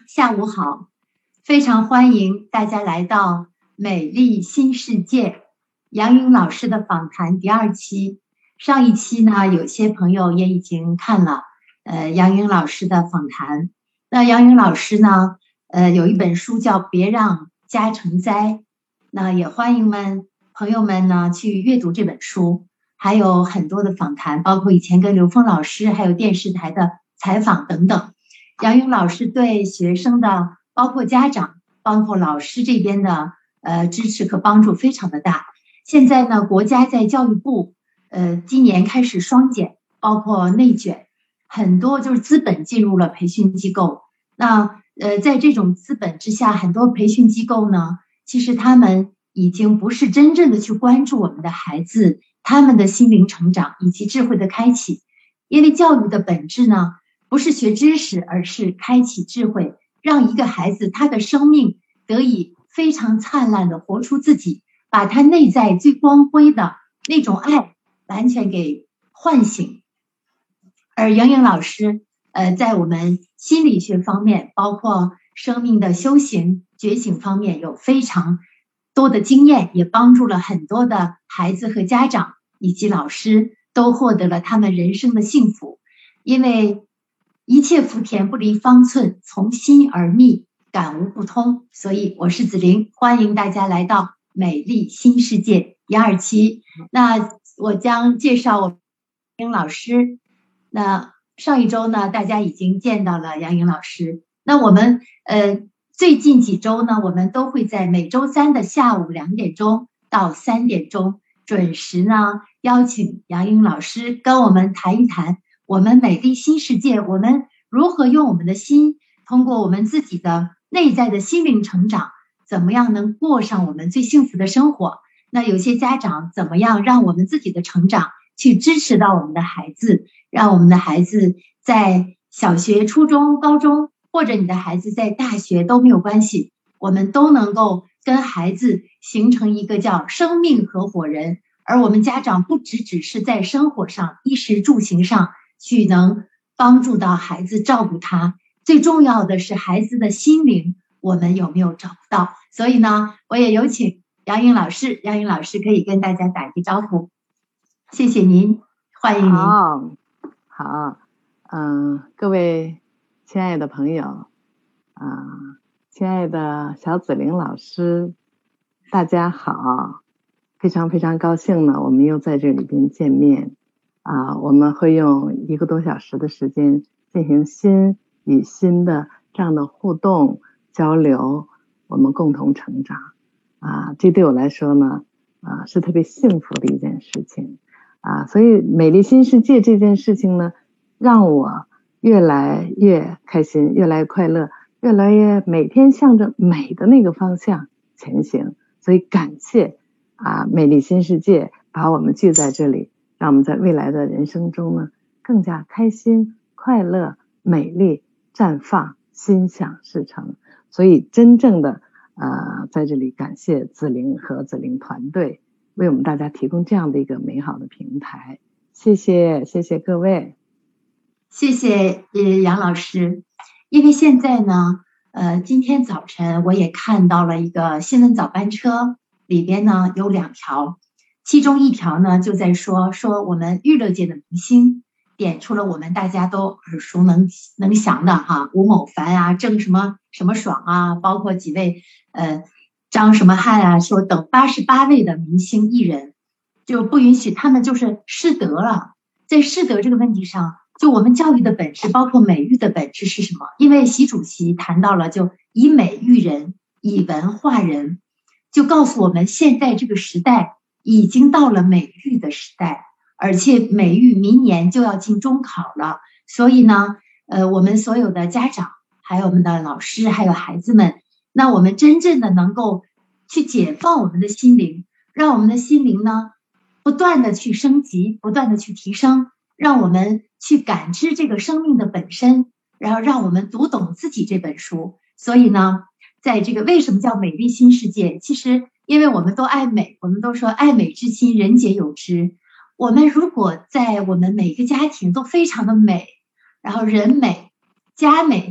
下午好，非常欢迎大家来到美丽新世界杨颖老师的访谈第二期。上一期呢，有些朋友也已经看了杨颖老师的访谈。那杨颖老师呢，有一本书叫《别让家成灾》，那也欢迎朋友们呢去阅读这本书，还有很多的访谈，包括以前跟刘峰老师还有电视台的采访等等。杨颖老师对学生的，包括家长，包括老师这边的支持和帮助非常的大。现在呢，国家在教育部今年开始双减，包括内卷，很多就是资本进入了培训机构。那在这种资本之下，很多培训机构呢，其实他们已经不是真正的去关注我们的孩子，他们的心灵成长以及智慧的开启。因为教育的本质呢，不是学知识，而是开启智慧，让一个孩子他的生命得以非常灿烂的活出自己，把他内在最光辉的那种爱完全给唤醒。而杨颖老师在我们心理学方面，包括生命的修行觉醒方面有非常多的经验，也帮助了很多的孩子和家长以及老师都获得了他们人生的幸福。因为一切福田不离方寸，从心而觅，感无不通。所以我是子玲，欢迎大家来到美丽新世界第二期。那我将介绍我杨颖老师。那上一周呢，大家已经见到了杨颖老师。那我们最近几周呢，我们都会在每周三的下午2点钟到3点钟准时呢邀请杨颖老师跟我们谈一谈我们美丽新世界，我们如何用我们的心，通过我们自己的内在的心灵成长，怎么样能过上我们最幸福的生活。那有些家长怎么样让我们自己的成长去支持到我们的孩子，让我们的孩子在小学、初中、高中，或者你的孩子在大学都没有关系，我们都能够跟孩子形成一个叫生命合伙人。而我们家长不只是在生活上、衣食住行上去能帮助到孩子，照顾他，最重要的是孩子的心灵我们有没有找不到。所以呢，我也有请杨颖老师，杨颖老师可以跟大家打一个招呼。谢谢您，欢迎您。 好，各位亲爱的朋友，亲爱的小子玲老师，大家好，非常非常高兴呢，我们又在这里边见面。我们会用1个多小时的时间进行心与心的这样的互动交流，我们共同成长。这对我来说呢，是特别幸福的一件事情。所以美丽新世界这件事情呢，让我越来越开心，越来越快乐，越来越每天向着美的那个方向前行。所以感谢美丽新世界把我们聚在这里，让我们在未来的人生中呢，更加开心、快乐、美丽、绽放、心想事成。所以真正的在这里感谢子玲和子玲团队为我们大家提供这样的一个美好的平台。谢谢各位。 谢谢杨老师。因为现在呢今天早晨我也看到了一个新闻早班车，里边呢有2条，其中一条呢就在说我们娱乐界的明星点出了我们大家都耳熟能详的吴某凡郑什么爽包括几位张什么汉说等88位的明星艺人就不允许他们就是失德了。在失德这个问题上，就我们教育的本质，包括美育的本质是什么？因为习主席谈到了就以美育人，以文化人，就告诉我们现在这个时代已经到了美育的时代，而且美育明年就要进中考了。所以呢我们所有的家长还有我们的老师还有孩子们，那我们真正的能够去解放我们的心灵，让我们的心灵呢不断的去升级，不断的去提升，让我们去感知这个生命的本身，然后让我们读懂自己这本书。所以呢在这个为什么叫美丽新世界，其实因为我们都爱美，我们都说爱美之心人皆有之。我们如果在我们每个家庭都非常的美，然后人美家美，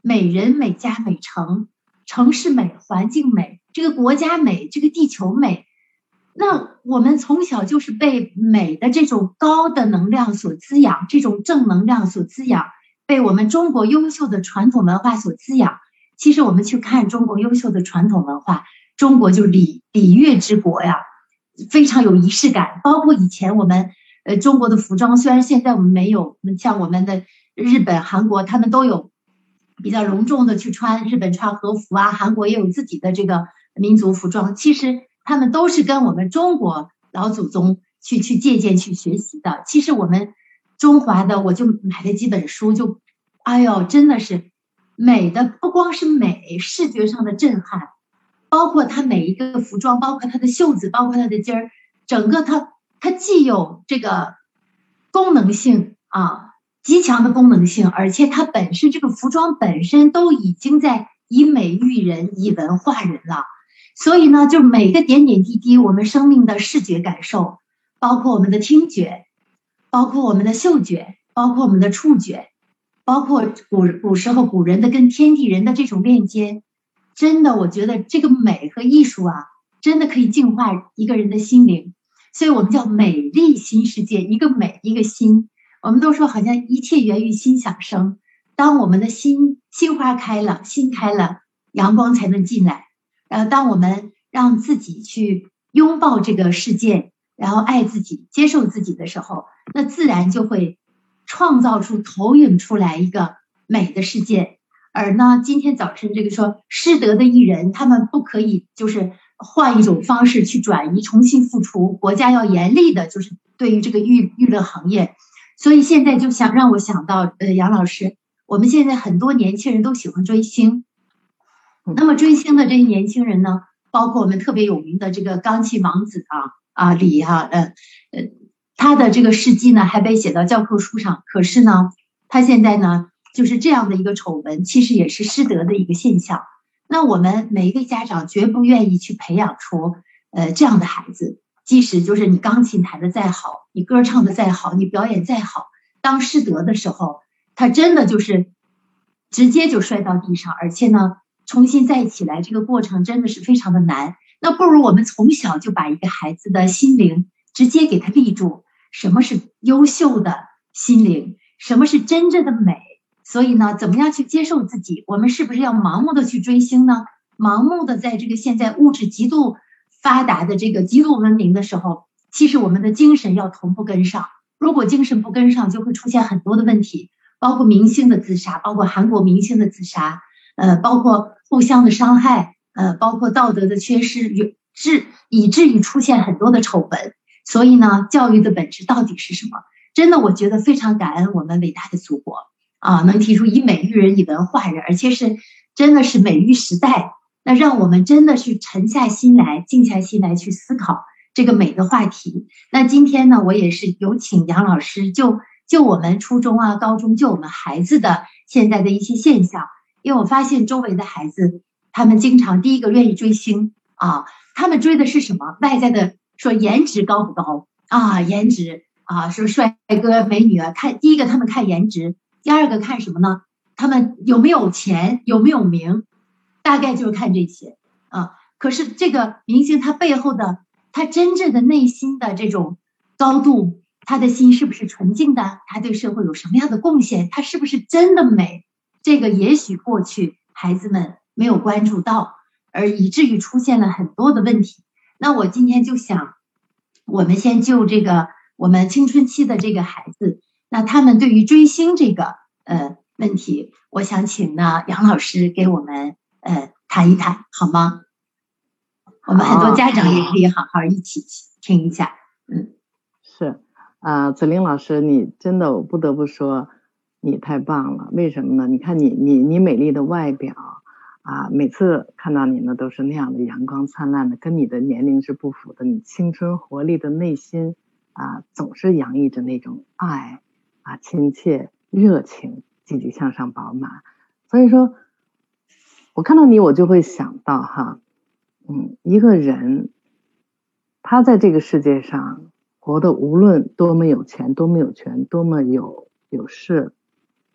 美人、美家、美城，城市美、环境美，这个国家美，这个地球美。那我们从小就是被美的这种高的能量所滋养，这种正能量所滋养，被我们中国优秀的传统文化所滋养。其实我们去看中国优秀的传统文化，中国就是礼乐之国呀，非常有仪式感。包括以前我们中国的服装，虽然现在我们没有，像我们的日本、韩国，他们都有比较隆重的去穿，日本穿和服啊，韩国也有自己的这个民族服装。其实他们都是跟我们中国老祖宗去借鉴、去学习的。其实我们中华的，我就买了几本书，就哎呦，真的是美的，不光是美，视觉上的震撼，包括它每一个服装，包括它的袖子，包括它的襟儿，整个它既有这个功能性啊，极强的功能性，而且它本身这个服装本身都已经在以美育人、以文化人了。所以呢，就每个点点滴滴，我们生命的视觉感受，包括我们的听觉，包括我们的嗅觉，包括我们的触觉，包括古时候古人的跟天地人的这种链接，真的，我觉得这个美和艺术啊，真的可以净化一个人的心灵。所以我们叫美丽新世界，一个美，一个心。我们都说好像一切源于心想生，当我们的心花开了，心开了，阳光才能进来。当我们让自己去拥抱这个世界，然后爱自己、接受自己的时候，那自然就会创造出、投影出来一个美的世界。而呢，今天早晨这个说失德的艺人，他们不可以就是换一种方式去转移、重新复出，国家要严厉的，就是对于这个娱乐行业。所以现在就想让我想到，杨老师，我们现在很多年轻人都喜欢追星。那么追星的这些年轻人呢，包括我们特别有名的这个钢琴王子李他的这个事迹呢还被写到教科书上。可是呢，他现在呢就是这样的一个丑闻，其实也是失德的一个现象。那我们每一个家长绝不愿意去培养出这样的孩子，即使就是你钢琴弹得再好，你歌唱得再好，你表演再好，当失德的时候，他真的就是直接就摔到地上，而且呢重新再起来，这个过程真的是非常的难。那不如我们从小就把一个孩子的心灵直接给他立住，什么是优秀的心灵，什么是真正的美。所以呢，怎么样去接受自己？我们是不是要盲目的去追星呢？盲目的在这个现在物质极度发达的这个极度文明的时候，其实我们的精神要同步跟上。如果精神不跟上，就会出现很多的问题，包括明星的自杀，包括韩国明星的自杀，包括互相的伤害，包括道德的缺失，以至于出现很多的丑闻。所以呢，教育的本质到底是什么？真的，我觉得非常感恩我们伟大的祖国能提出以美育人，以文化人，而且是真的是美育时代。那让我们真的去沉下心来，静下心来去思考这个美的话题。那今天呢，我也是有请杨老师就我们初中高中，就我们孩子的现在的一些现象。因为我发现周围的孩子，他们经常第一个愿意追星他们追的是什么？外在的，说颜值高不高颜值说帅哥美女看第一个他们看颜值，第二个看什么呢？他们有没有钱，有没有名，大概就是看这些可是这个明星他背后的，他真正的内心的这种高度，他的心是不是纯净的？他对社会有什么样的贡献？他是不是真的美？这个也许过去孩子们没有关注到，而以至于出现了很多的问题。那我今天就想，我们先就这个我们青春期的这个孩子，那他们对于追星这个问题，我想请呢杨老师给我们谈一谈，好吗？我们很多家长也可以好好一起听一下。 是子玲老师，你真的我不得不说你太棒了。为什么呢？你看你美丽的外表每次看到你呢都是那样的阳光灿烂的，跟你的年龄是不符的。你青春活力的内心总是洋溢着那种爱亲切热情，积极向上饱满。所以说我看到你，我就会想到一个人他在这个世界上活得无论多么有钱，多么有权，多么有势，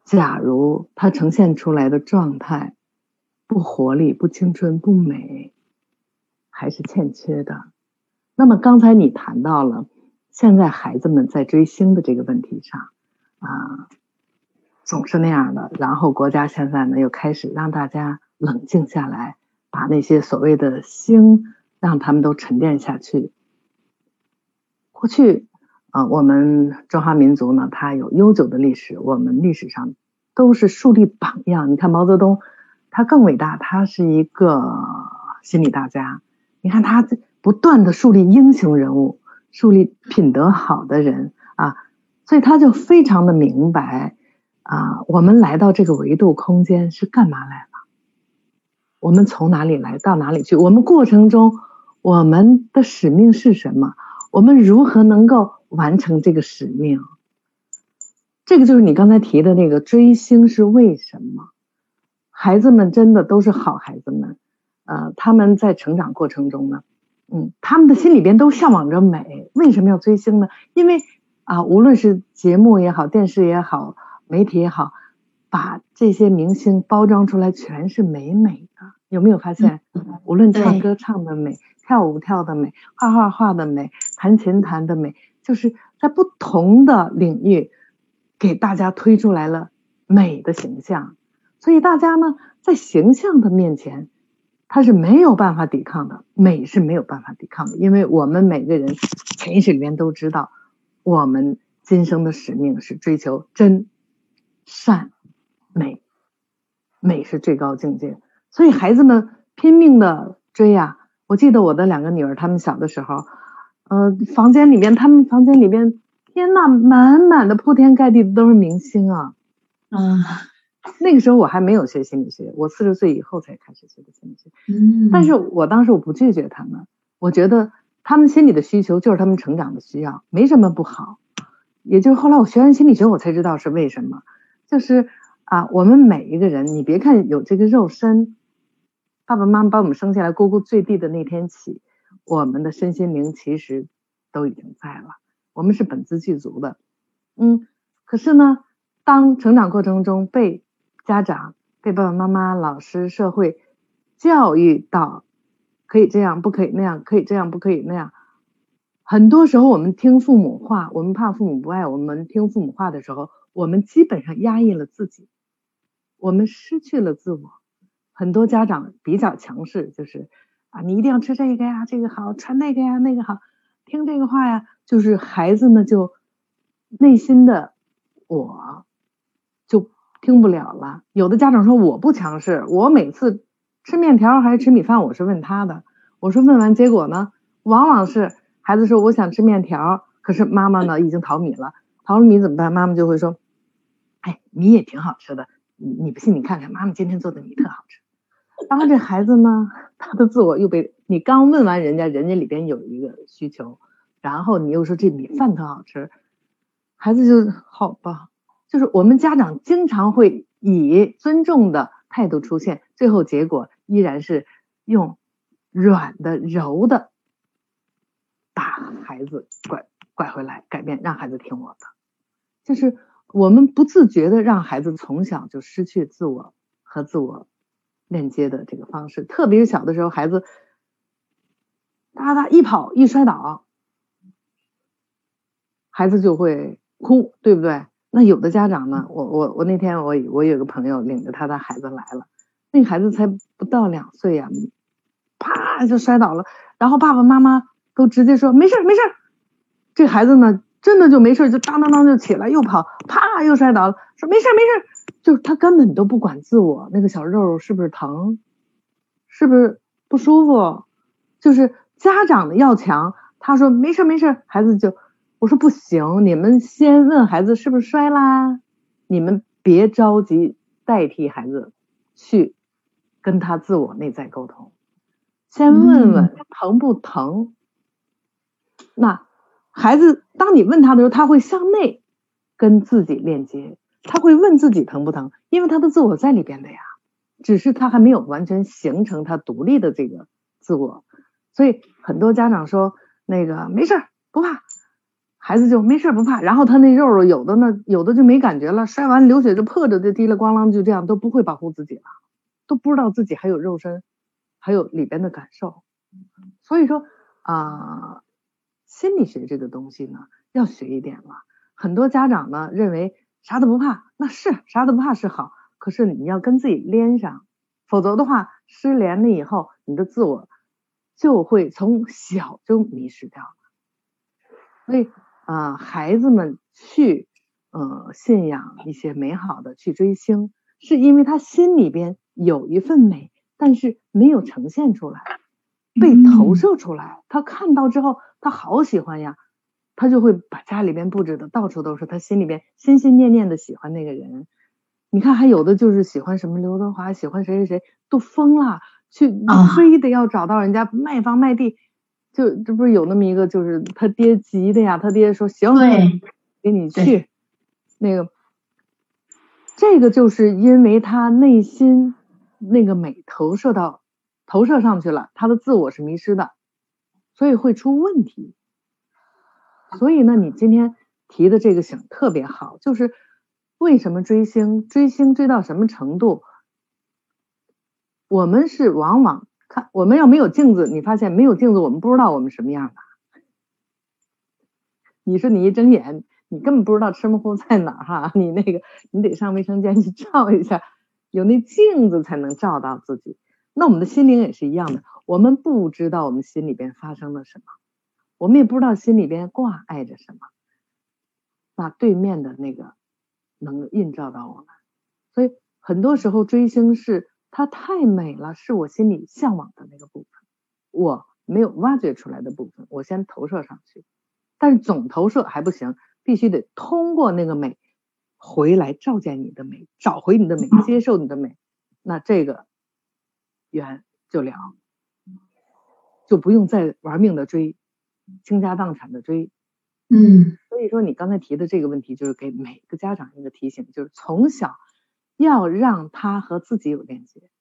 假如他呈现出来的状态不活力、不青春、不美，还是欠缺的。那么刚才你谈到了现在孩子们在追星的这个问题上总是那样的，然后国家现在呢又开始让大家冷静下来，把那些所谓的星让他们都沉淀下去。过去我们中华民族呢，它有悠久的历史，我们历史上都是树立榜样。你看毛泽东，他更伟大，他是一个心理大家，你看他不断的树立英雄人物，树立品德好的人所以他就非常的明白我们来到这个维度空间是干嘛来了，我们从哪里来到哪里去，我们过程中我们的使命是什么，我们如何能够完成这个使命。这个就是你刚才提的那个追星是为什么。孩子们真的都是好孩子们他们在成长过程中呢他们的心里边都向往着美。为什么要追星呢？因为无论是节目也好，电视也好，媒体也好，把这些明星包装出来全是美美的。有没有发现无论唱歌唱的美，跳舞跳的美，画画画的美，弹琴弹的美，就是在不同的领域给大家推出来了美的形象。所以大家呢在形象的面前他是没有办法抵抗的，美是没有办法抵抗的。因为我们每个人潜意识里面都知道，我们今生的使命是追求真善美，美是最高境界。所以孩子们拼命的追我记得我的2个女儿，她们小的时候他们房间里边天哪，满满的铺天盖地的都是明星那个时候我还没有学心理学，我40岁以后才开始学的心理学但是我当时我不拒绝他们，我觉得他们心理的需求就是他们成长的需要，没什么不好。也就是后来我学完心理学我才知道是为什么，就是我们每一个人，你别看有这个肉身，爸爸妈妈把我们生下来呱呱坠地的那天起，我们的身心灵其实都已经在了，我们是本自具足的可是呢当成长过程中被家长、被爸爸妈妈、老师、社会教育到可以这样不可以那样，可以这样不可以那样，很多时候我们听父母话，我们怕父母不爱我们，听父母话的时候，我们基本上压抑了自己，我们失去了自我。很多家长比较强势，就是你一定要吃这个呀，这个好，穿那个呀，那个好，听这个话呀，就是孩子呢就内心的我就听不了了。有的家长说我不强势，我每次吃面条还是吃米饭我是问他的，我说问完结果呢，往往是孩子说我想吃面条，可是妈妈呢已经淘米了，淘了米怎么办？妈妈就会说米也挺好吃的，你不信你看看妈妈今天做的米特好吃。然后这孩子呢他的自我又被你刚问完人家里边有一个需求，然后你又说这米饭特好吃，孩子就好吧。就是我们家长经常会以尊重的态度出现，最后结果依然是用软的柔的把孩子拐回来，改变，让孩子听我的。就是我们不自觉的让孩子从小就失去自我和自我链接的这个方式。特别是小的时候，孩子一跑一摔倒，孩子就会哭，对不对？那有的家长呢，我那天我有个朋友领着他的孩子来了，那个孩子才不到2岁呀，啪就摔倒了，然后爸爸妈妈都直接说没事没事，这孩子呢真的就没事，就当当当就起来又跑，啪又摔倒了，说没事没事，就是他根本都不管自我，那个小肉肉是不是疼，是不是不舒服，就是家长的要强，他说没事没事，孩子就我说不行，你们先问孩子是不是摔啦，你们别着急代替孩子去跟他自我内在沟通，先问问疼不疼。那孩子当你问他的时候，他会向内跟自己链接，他会问自己疼不疼，因为他的自我在里边的呀，只是他还没有完全形成他独立的这个自我。所以很多家长说那个没事不怕， 孩子就没事不怕，然后他那肉有的就没感觉了，摔完流血就破着就滴了咣啷，就这样都不会保护自己了，都不知道自己还有肉身，还有里边的感受。所以说心理学这个东西呢要学一点了。很多家长呢认为啥都不怕，那是啥都不怕是好，可是你要跟自己连上，否则的话失联了以后，你的自我就会从小就迷失掉了。所以孩子们去信仰一些美好的，去追星，是因为他心里边有一份美，但是没有呈现出来，被投射出来。他看到之后他好喜欢呀，他就会把家里边布置的到处都是，他心里边心心念念的喜欢那个人。你看还有的就是喜欢什么刘德华，喜欢谁谁谁，都疯了，去非得要找到人家卖房卖地。这不是有那么一个，就是他爹急的呀，他爹说行，给你去那个，这个就是因为他内心那个美投射上去了，他的自我是迷失的，所以会出问题。所以呢，你今天提的这个醒特别好，就是为什么追星追到什么程度，我们是往往看，我们要没有镜子，你发现没有镜子我们不知道我们什么样的。你说你一睁眼你根本不知道吃么糊在哪儿哈，你得上卫生间去照一下，有那镜子才能照到自己。那我们的心灵也是一样的，我们不知道我们心里边发生了什么，我们也不知道心里边挂碍着什么，那对面的那个能映照到我们。所以很多时候追星是它太美了，是我心里向往的那个部分，我没有挖掘出来的部分，我先投射上去。但是总投射还不行，必须得通过那个美回来照见你的美，找回你的美，接受你的美，那这个缘就了，就不用再玩命的追，倾家荡产的追。所以说你刚才提的这个问题，就是给每个家长一个提醒，就是从小要让他和自己有链接，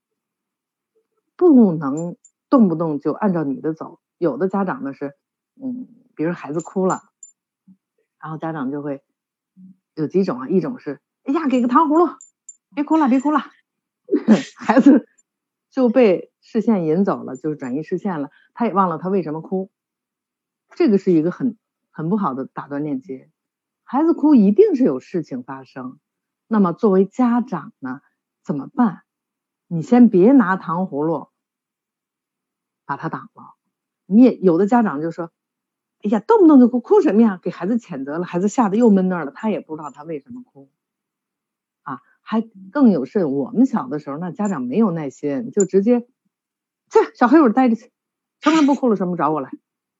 不能动不动就按照你的走。有的家长呢是比如孩子哭了，然后家长就会有几种啊，一种是哎呀给个糖葫芦，别哭了别哭了孩子就被视线引走了，就是转移视线了，他也忘了他为什么哭。这个是一个很不好的打断链接。孩子哭一定是有事情发生，那么作为家长呢怎么办？你先别拿糖葫芦把他挡了。你也有的家长就说哎呀动不动就哭什么呀，给孩子谴责了，孩子吓得又闷那儿了，他也不知道他为什么哭还更有甚，我们小的时候那家长没有耐心，就直接去小黑屋待着去，从来不哭了什么找我来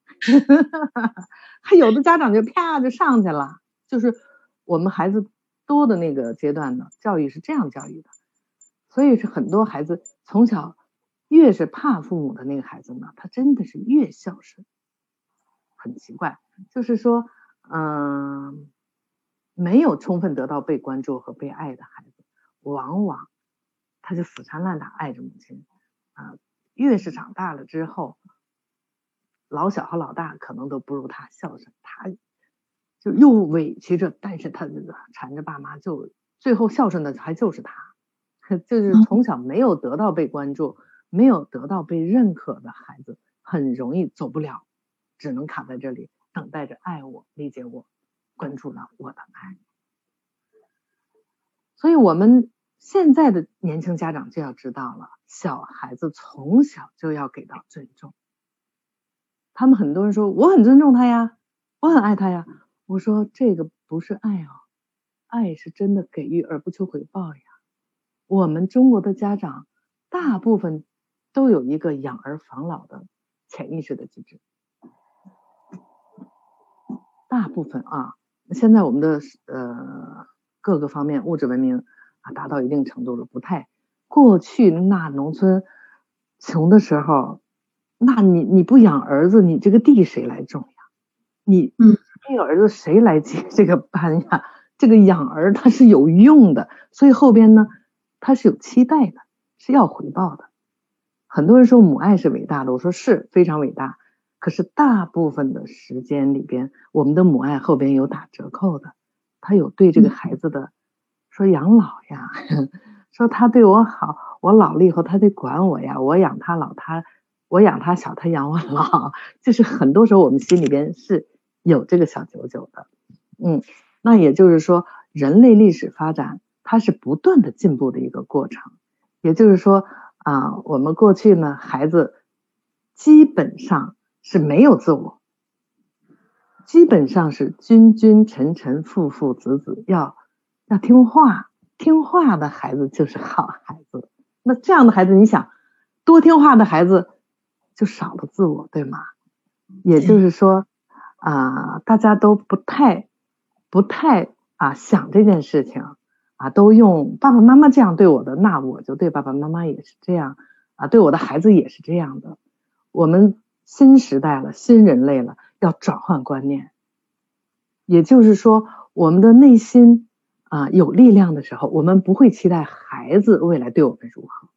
还有的家长就啪就上去了。就是我们孩子多的那个阶段呢，教育是这样教育的。所以是很多孩子从小越是怕父母的那个孩子呢，他真的是越孝顺。很奇怪，就是说没有充分得到被关注和被爱的孩子，往往他就死缠烂打爱着母亲越是长大了之后，老小和老大可能都不如他孝顺，他就又委屈着，但是他缠着爸妈，就最后孝顺的还就是他。就是从小没有得到被关注，没有得到被认可的孩子，很容易走不了，只能卡在这里，等待着爱我、理解我、关注到我的爱。所以我们现在的年轻家长就要知道了，小孩子从小就要给到尊重。他们很多人说我很尊重他呀，我很爱他呀，我说这个不是爱爱是真的给予而不求回报呀。我们中国的家长大部分都有一个养儿防老的潜意识的机制，大部分现在我们的各个方面物质文明达到一定程度了，不太过去那农村穷的时候，那你不养儿子，你这个地谁来种呀？你这个儿子谁来接这个班呀？这个养儿它是有用的，所以后边呢它是有期待的，是要回报的。很多人说母爱是伟大的，我说是非常伟大， 可是大部分的时间里边，我们的母爱后边有打折扣的，他有对这个孩子的说养老呀，说他对我好，我老了以后他得管我呀，我养他老，我养他小，他养我老，就是很多时候我们心里边是有这个小九九的。那也就是说人类历史发展它是不断的进步的一个过程。也就是说我们过去呢，孩子基本上是没有自我，基本上是君君臣臣父父子子，要听话，听话的孩子就是好孩子。那这样的孩子，你想多听话的孩子就少了自我，对吗？也就是说大家都不太想这件事情都用爸爸妈妈这样对我的，那我就对爸爸妈妈也是这样对我的孩子也是这样的。我们新时代了，新人类了，要转换观念。也就是说我们的内心有力量的时候，我们不会期待孩子未来对我们如何。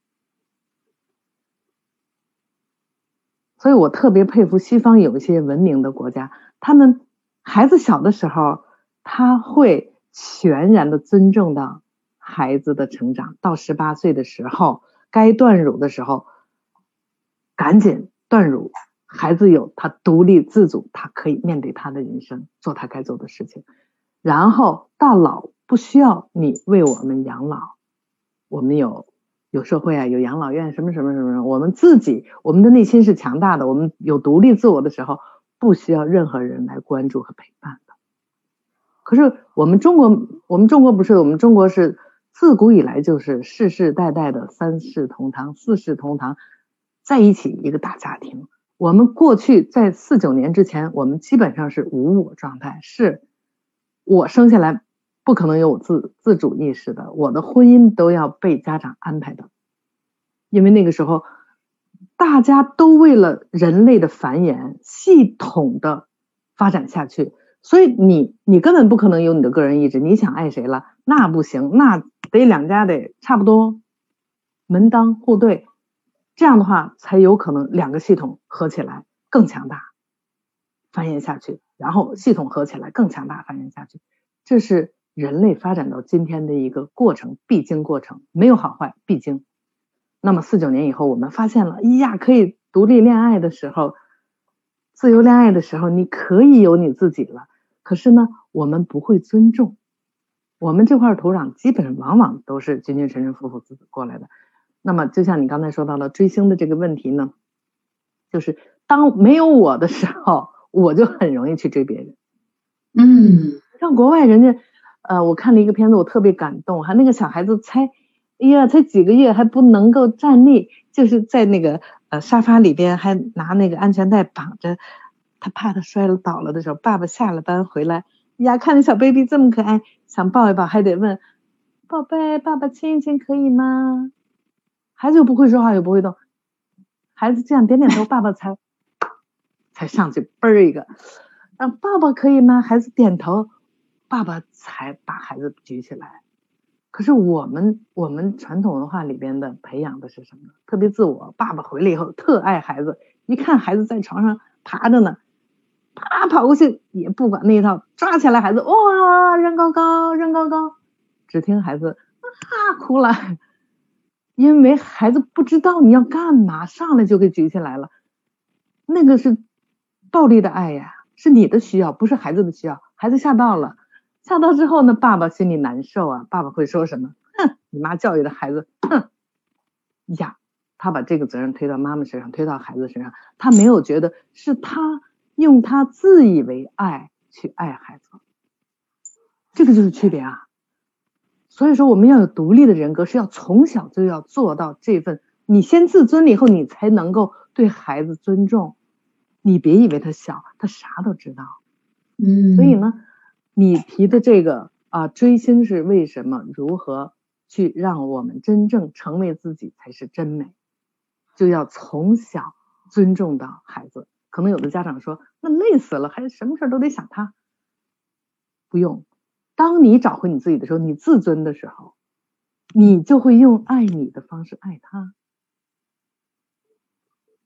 所以我特别佩服西方有一些文明的国家，他们孩子小的时候，他会全然的尊重到孩子的成长，到18岁的时候，该断乳的时候赶紧断乳，孩子有他独立自主，他可以面对他的人生，做他该做的事情。然后到老不需要你为我们养老，我们有社会有养老院什么什么什么，我们自己，我们的内心是强大的，我们有独立自我的时候，不需要任何人来关注和陪伴的。可是我们中国不是，我们中国是自古以来就是世世代代的3世同堂4世同堂在一起一个大家庭。我们过去在49年之前，我们基本上是无我状态，是我生下来不可能有自主意识的，我的婚姻都要被家长安排的。因为那个时候大家都为了人类的繁衍系统的发展下去，所以你根本不可能有你的个人意志，你想爱谁了那不行，那得两家得差不多门当户对，这样的话才有可能两个系统合起来更强大繁衍下去，然后系统合起来更强大繁衍下去。这是人类发展到今天的一个过程，必经过程，没有好坏，必经。那么49年以后，我们发现了可以独立恋爱的时候，自由恋爱的时候，你可以有你自己了。可是呢，我们不会尊重，我们这块土壤基本上往往都是君君臣臣父父子子过来的。那么就像你刚才说到了追星的这个问题呢，就是当没有我的时候，我就很容易去追别人。像国外人家我看了一个片子，我特别感动，还那个小孩子才几个月还不能够站立，就是在那个沙发里边还拿那个安全带绑着，他怕他摔了倒了的时候，爸爸下了班回来看那小 baby 这么可爱，想抱一抱，还得问宝贝爸爸亲一亲可以吗？孩子又不会说话又不会动，孩子这样点点头，爸爸才上去嘣一个，爸爸可以吗？孩子点头，爸爸才把孩子举起来。可是我们传统文化里边的培养的是什么呢？特别自我，爸爸回来以后特爱孩子，一看孩子在床上爬着呢，啪跑过去也不管那一套，抓起来孩子，哇，扔高高，只听孩子哭了，因为孩子不知道你要干嘛，上来就给举起来了。那个是暴力的爱呀，是你的需要，不是孩子的需要。孩子吓到了，吓到之后呢，爸爸心里难受爸爸会说什么？哼，你妈教育的孩子，哼呀，他把这个责任推到妈妈身上，推到孩子身上，他没有觉得是他用他自以为爱去爱孩子，这个就是区别所以说我们要有独立的人格，是要从小就要做到这份，你先自尊了以后，你才能够对孩子尊重。你别以为他小，他啥都知道。所以呢，你提的这个追星是为什么？如何去让我们真正成为自己才是真美？就要从小尊重到孩子。可能有的家长说，那累死了，还什么事都得想他。不用，当你找回你自己的时候，你自尊的时候，你就会用爱你的方式爱他。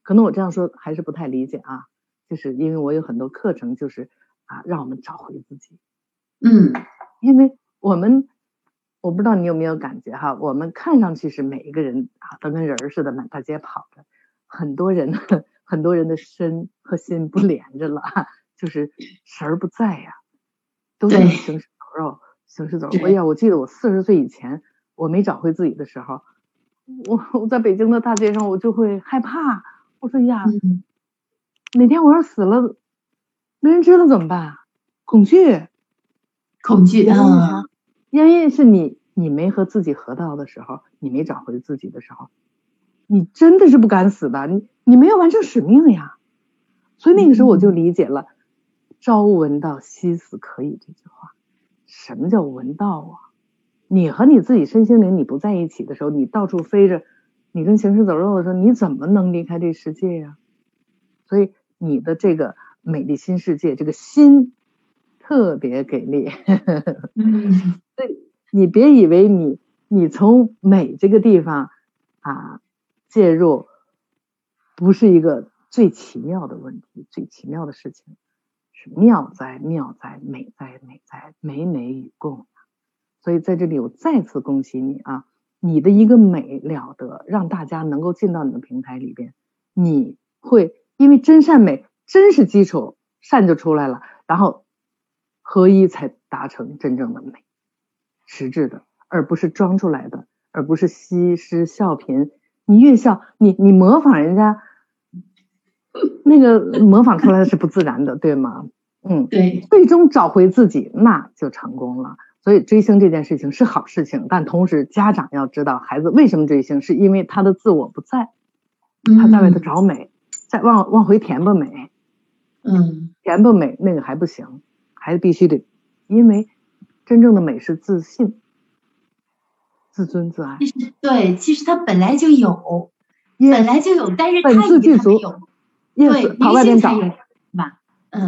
可能我这样说还是不太理解啊，就是因为我有很多课程就是让我们找回自己。因为我不知道你有没有感觉哈，我们看上去是每一个人都跟人似的满大街跑着，很多人的身和心不连着了，就是神儿不在呀，都是行尸走肉。哎呀，我记得我40岁以前我没找回自己的时候，我在北京的大街上我就会害怕，我说呀，哪天我要死了没人知道怎么办？恐惧原因是你没和自己合道的时候，你没找回自己的时候，你真的是不敢死的，你没有完成使命呀。所以那个时候我就理解了朝闻道夕死可以这句话。什么叫闻道啊？你和你自己身心灵你不在一起的时候，你到处飞着，你跟行尸走肉的时候，你怎么能离开这世界呀？所以你的这个美丽新世界，这个心特别给力。对，你别以为你从美这个地方介入，不是一个最奇妙的问题，最奇妙的事情是妙哉妙哉，美哉美哉，美美与共。所以在这里我再次恭喜你你的一个美了得，让大家能够进到你的平台里边，你会因为真善美真是基础，善就出来了，然后合一才达成真正的美，实质的，而不是装出来的，而不是西施笑贫。你越笑，你模仿人家，那个模仿出来的是不自然的，对吗？ 对， 最终找回自己，那就成功了。所以追星这件事情是好事情，但同时家长要知道孩子为什么追星，是因为他的自我不在，他在外头找美，再往回填吧美，填吧美那个还不行，孩子必须得，因为真正的美是自信、自尊、自爱。 其实他本来就有，但是他本自具足。 对， 跑外边找吧。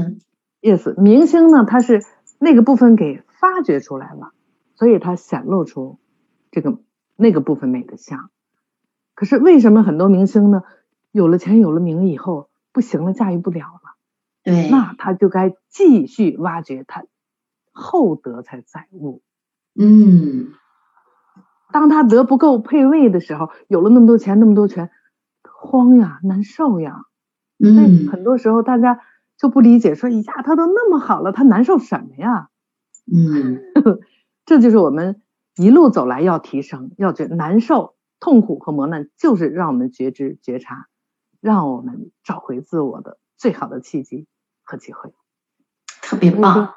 yes， 明星呢，他是那个部分给发掘出来了，所以他显露出那个部分美的像。可是为什么很多明星呢，有了钱有了名以后不行了，驾驭不了了？ 对， 那他就该继续挖掘他厚德才载物。当他德不够配位的时候，有了那么多钱那么多权，慌呀，难受呀。所以很多时候大家就不理解，说呀，他都那么好了，他难受什么呀？这就是我们一路走来要提升，要觉得难受、痛苦和磨难，就是让我们觉知、觉察，让我们找回自我的最好的契机和机会。 特别棒。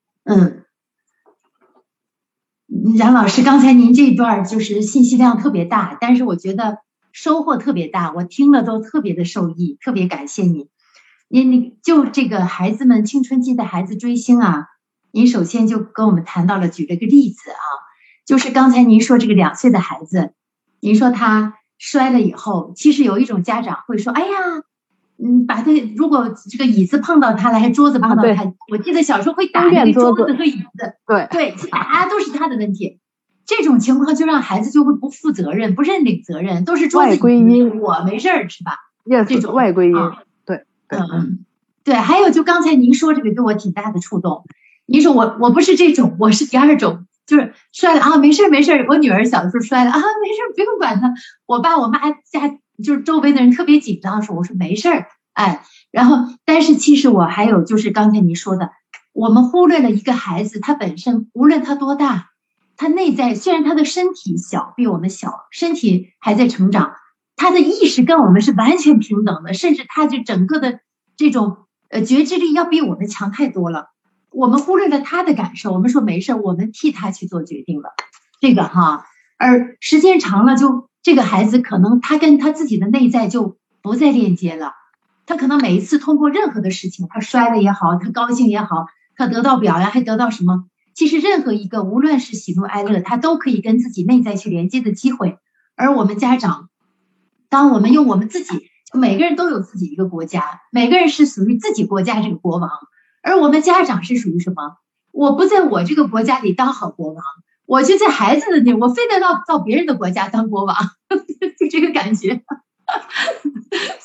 冉老师，刚才您这一段就是信息量特别大，但是我觉得收获特别大，我听了都特别的受益，特别感谢你。您就这个孩子们青春期的孩子追星您首先就跟我们谈到了，举了个例子就是刚才您说这个2岁的孩子，您说他摔了以后，其实有一种家长会说，哎呀，把他如果这个椅子碰到他了，还桌子碰到他，我记得小时候会打那个桌子和椅子，对，打都是他的问题。这种情况就让孩子就会不负责任，不认领责任，都是桌子归因， 我没事儿是吧？ 这种外归因， 对，还有就刚才您说这个对我挺大的触动。您说我不是这种，我是第2种，就是摔了没事。我女儿小的时候摔了没事，不用管她。我爸我妈家就是周围的人特别紧张的时候，我说没事然后但是其实我还有就是刚才您说的，我们忽略了一个孩子，他本身无论他多大，他内在虽然他的身体小，比我们小，身体还在成长，他的意识跟我们是完全平等的，甚至他就整个的这种觉知力要比我们强太多了。我们忽略了他的感受，我们说没事，我们替他去做决定了，这个而时间长了，就这个孩子可能他跟他自己的内在就不再链接了，他可能每一次通过任何的事情，他摔了也好，他高兴也好，他得到表扬还得到什么，其实任何一个无论是喜怒哀乐，他都可以跟自己内在去连接的机会。而我们家长，当我们用我们自己，每个人都有自己一个国家，每个人是属于自己国家这个国王，而我们家长是属于什么？我不在我这个国家里当好国王，我就在孩子的地，我非得到别人的国家当国王，就这个感觉。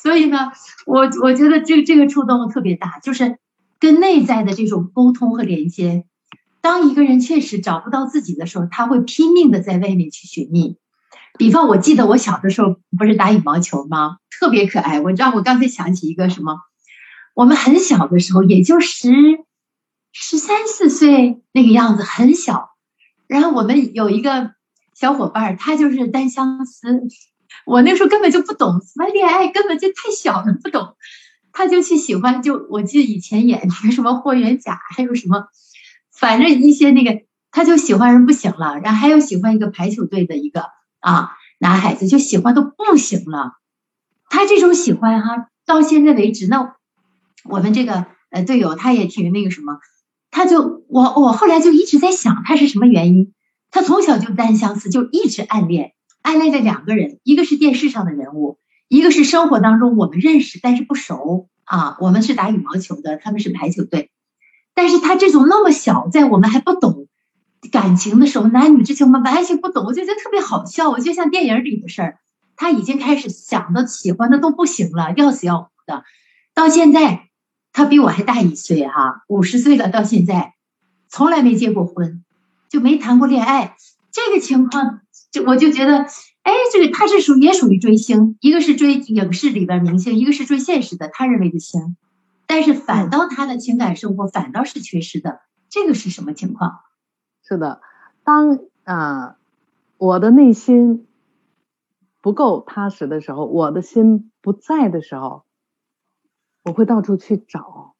所以呢，我觉得这个触动特别大，就是跟内在的这种沟通和连接。当一个人确实找不到自己的时候，他会拼命的在外面去寻觅。比方，我记得我小的时候不是打羽毛球吗？特别可爱。我知道我刚才想起一个什么，我们很小的时候，也就13、14岁那个样子，很小。然后我们有一个小伙伴，他就是单相思。我那时候根本就不懂什么恋爱，根本就太小了，不懂。他就去喜欢，就我记得以前演那个什么霍元甲，还有什么，反正一些那个，他就喜欢人不行了。然后还有喜欢一个排球队的一个男孩子，就喜欢都不行了。他这种喜欢到现在为止，那我们这个队友他也挺那个什么，他就我后来就一直在想他是什么原因。他从小就单相思，就一直暗恋着2个人，一个是电视上的人物，一个是生活当中我们认识但是不熟我们是打羽毛球的，他们是排球队。但是他这种那么小，在我们还不懂感情的时候，男女之情我们完全不懂，我觉得特别好笑。我就像电影里的事儿，他已经开始想的喜欢的都不行了，要死要活的。到现在他比我还大1岁50岁了，到现在从来没结过婚，就没谈过恋爱。这个情况我就觉得，这个他是也属于追星，一个是追影视里边明星，一个是追现实的他认为的星，但是反倒他的情感生活反倒是缺失的，这个是什么情况？ 是的，当我的内心不够踏实的时候，我的心不在的时候，我会到处去找，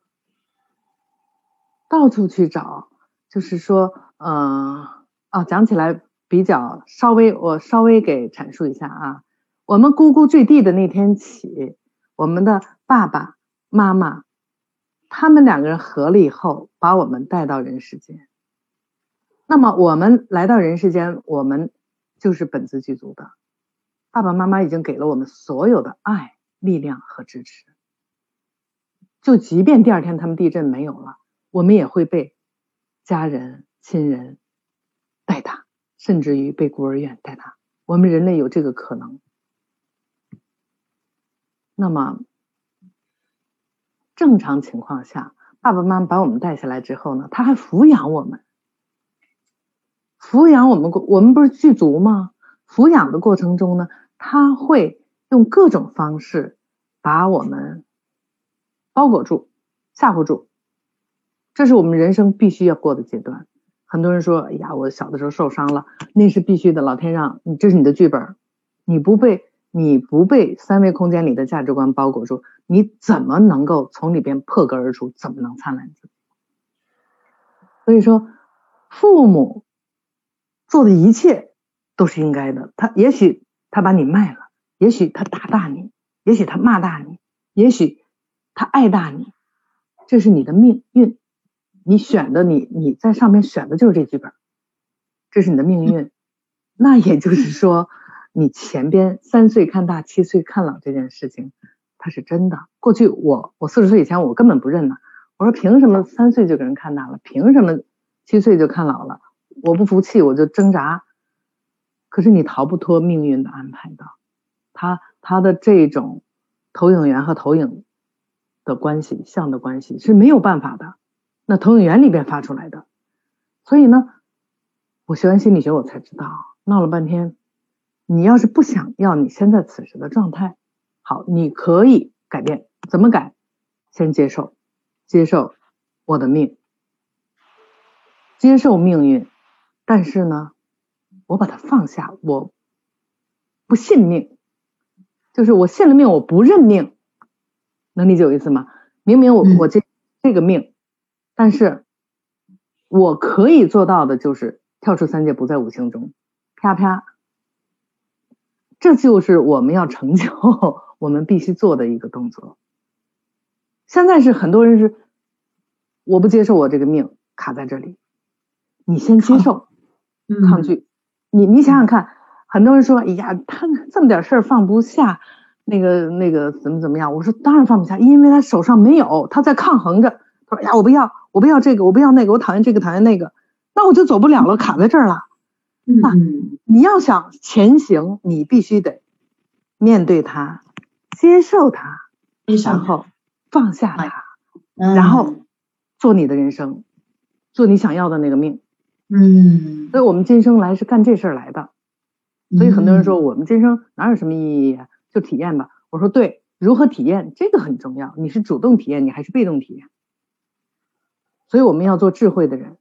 就是说讲起来比较我稍微给阐述一下我们呱呱坠地的那天起，我们的爸爸妈妈他们2个人合了以后，把我们带到人世间。那么我们来到人世间，我们就是本自具足的，爸爸妈妈已经给了我们所有的爱、力量和支持。就即便第2天他们地震没有了，我们也会被家人、亲人带大，甚至于被孤儿院带大。我们人类有这个可能。那么正常情况下，爸爸妈妈把我们带下来之后呢，他还抚养我们。我们不是具足吗？抚养的过程中呢，他会用各种方式把我们包裹住、吓唬住，这是我们人生必须要过的阶段。很多人说，哎呀，我小的时候受伤了，那是必须的，老天让这是你的剧本，你不被3维空间里的价值观包裹住，你怎么能够从里边破格而出，怎么能灿烂自己？所以说，父母做的一切都是应该的。也许他把你卖了，也许他打大你，也许他骂大你，也许他爱大你，这是你的命运。你选的你在上面选的就是这剧本，这是你的命运。那也就是说，你前边3岁看大7岁看老这件事情，它是真的。过去我40岁以前我根本不认呢，我说凭什么3岁就给人看大了，凭什么7岁就看老了？我不服气，我就挣扎。可是你逃不脱命运的安排的，他的这种投影源和投影的关系、像的关系是没有办法的，那投影源里边发出来的。所以呢，我学完心理学我才知道，闹了半天，你要是不想要你现在此时的状态，好，你可以改变。怎么改？先接受我的命，接受命运。但是呢，我把它放下，我不信命，就是我信了命，我不认命，能理解我意思吗？明明我这个命，但是我可以做到的就是跳出3界，不在5行中，啪啪，这就是我们要成就我们必须做的一个动作。现在是很多人是我不接受我这个命卡在这里，你先接受抗拒。你想想看，很多人说，哎呀，他这么点事儿放不下，那个怎么样？我说当然放不下，因为他手上没有，他在抗衡着。他说，哎呀，我不要这个，我不要那个，我讨厌这个，讨厌那个，那我就走不了了，卡在这儿了。那你要想前行，你必须得面对它， 接受它， 接受然后放下哎它，然后做你的人生，做你想要的那个命。所以我们今生来是干这事儿来的。所以很多人说我们今生哪有什么意义呀，就体验吧。我说对，如何体验这个很重要，你是主动体验你还是被动体验。所以我们要做智慧的人，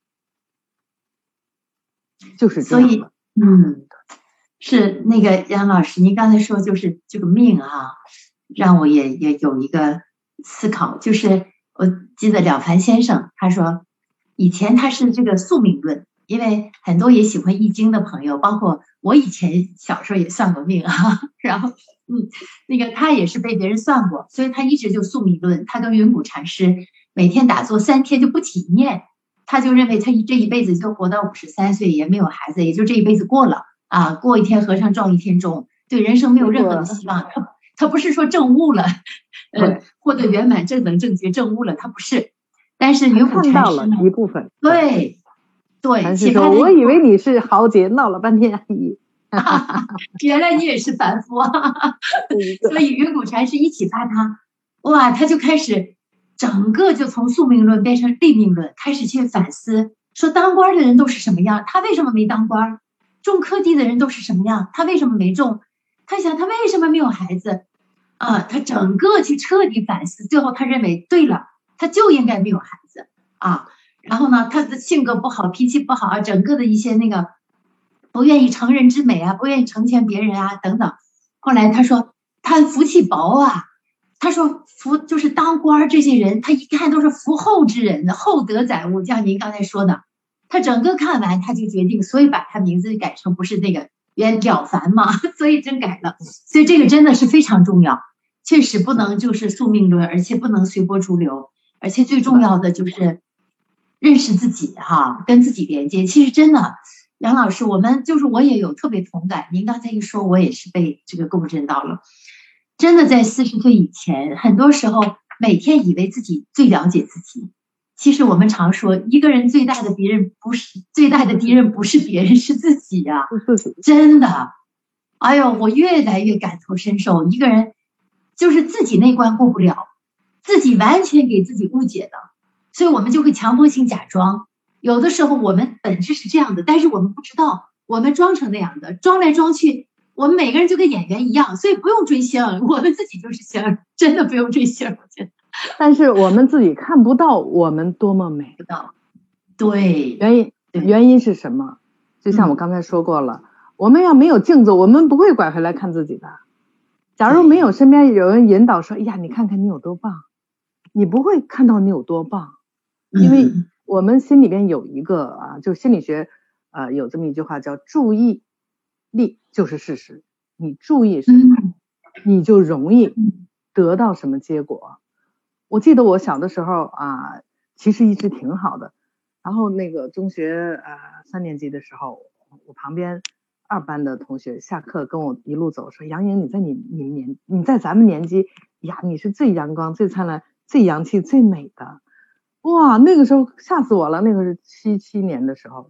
就是这样的。 所以是那个杨老师，您刚才说就是这个命啊，让我也有一个思考，就是我记得了凡先生他说，以前他是这个宿命论，因为很多也喜欢易经的朋友，包括我以前小时候也算过命啊，然后那个他也是被别人算过，所以他一直就宿命论。他跟云谷禅师每天打坐3天就不起念，他就认为他这一辈子就活到53岁，也没有孩子，也就这一辈子过了啊，过一天和尚撞一天钟，对人生没有任何的希望。他不是说证悟了，获得圆满正等正觉证悟了，他不是。但是云谷禅师呢， 一部分对， 禅师说我以为你是豪杰，闹了半天原来你也是凡夫啊。所以云谷禅师一启发他，哇，他就开始整个就从宿命论变成立命论，开始去反思，说当官的人都是什么样，他为什么没当官？种科技的人都是什么样，他为什么没种？他想他为什么没有孩子？他整个去彻底反思，最后他认为对了，他就应该没有孩子啊。然后呢，他的性格不好，脾气不好啊，整个的一些那个不愿意成人之美啊，不愿意成全别人啊，等等。后来他说他福气薄啊，他说福就是当官这些人，他一看都是福厚之人，厚德载物，像您刚才说的。他整个看完，他就决定，所以把他名字改成不是那个原了凡嘛，所以真改了。所以这个真的是非常重要，确实不能就是宿命论，而且不能随波逐流，而且最重要的就是认识自己哈，跟自己连接。其实真的，杨老师，我也有特别同感。您刚才一说，我也是被这个共振到了。真的在40岁以前，很多时候每天以为自己最了解自己。其实我们常说，一个人最大的敌人不是别人，是自己呀、真的。哎呦，我越来越感同身受，一个人就是自己那关过不了，自己完全给自己误解的，所以我们就会强迫性假装。有的时候我们本质是这样的，但是我们不知道，我们装成那样的，装来装去，我们每个人就跟演员一样，所以不用追星，我们自己就是星，真的不用追星，我觉得。 但是我们自己看不到我们多么美， 对， 原因是什么？就像我刚才说过了，我们要没有镜子，我们不会拐回来看自己的。假如没有身边有人引导说，哎呀，你看看你有多棒，你不会看到你有多棒。因为我们心里边有一个就心理学有这么一句话叫注意力就是事实，你注意什么，你就容易得到什么结果。我记得我小的时候其实一直挺好的，然后那个中学3年级的时候，我旁边2班的同学下课跟我一路走，说杨颖，你在咱们年纪呀，你是最阳光最灿烂最洋气最美的。哇，那个时候吓死我了，那个是76年的时候。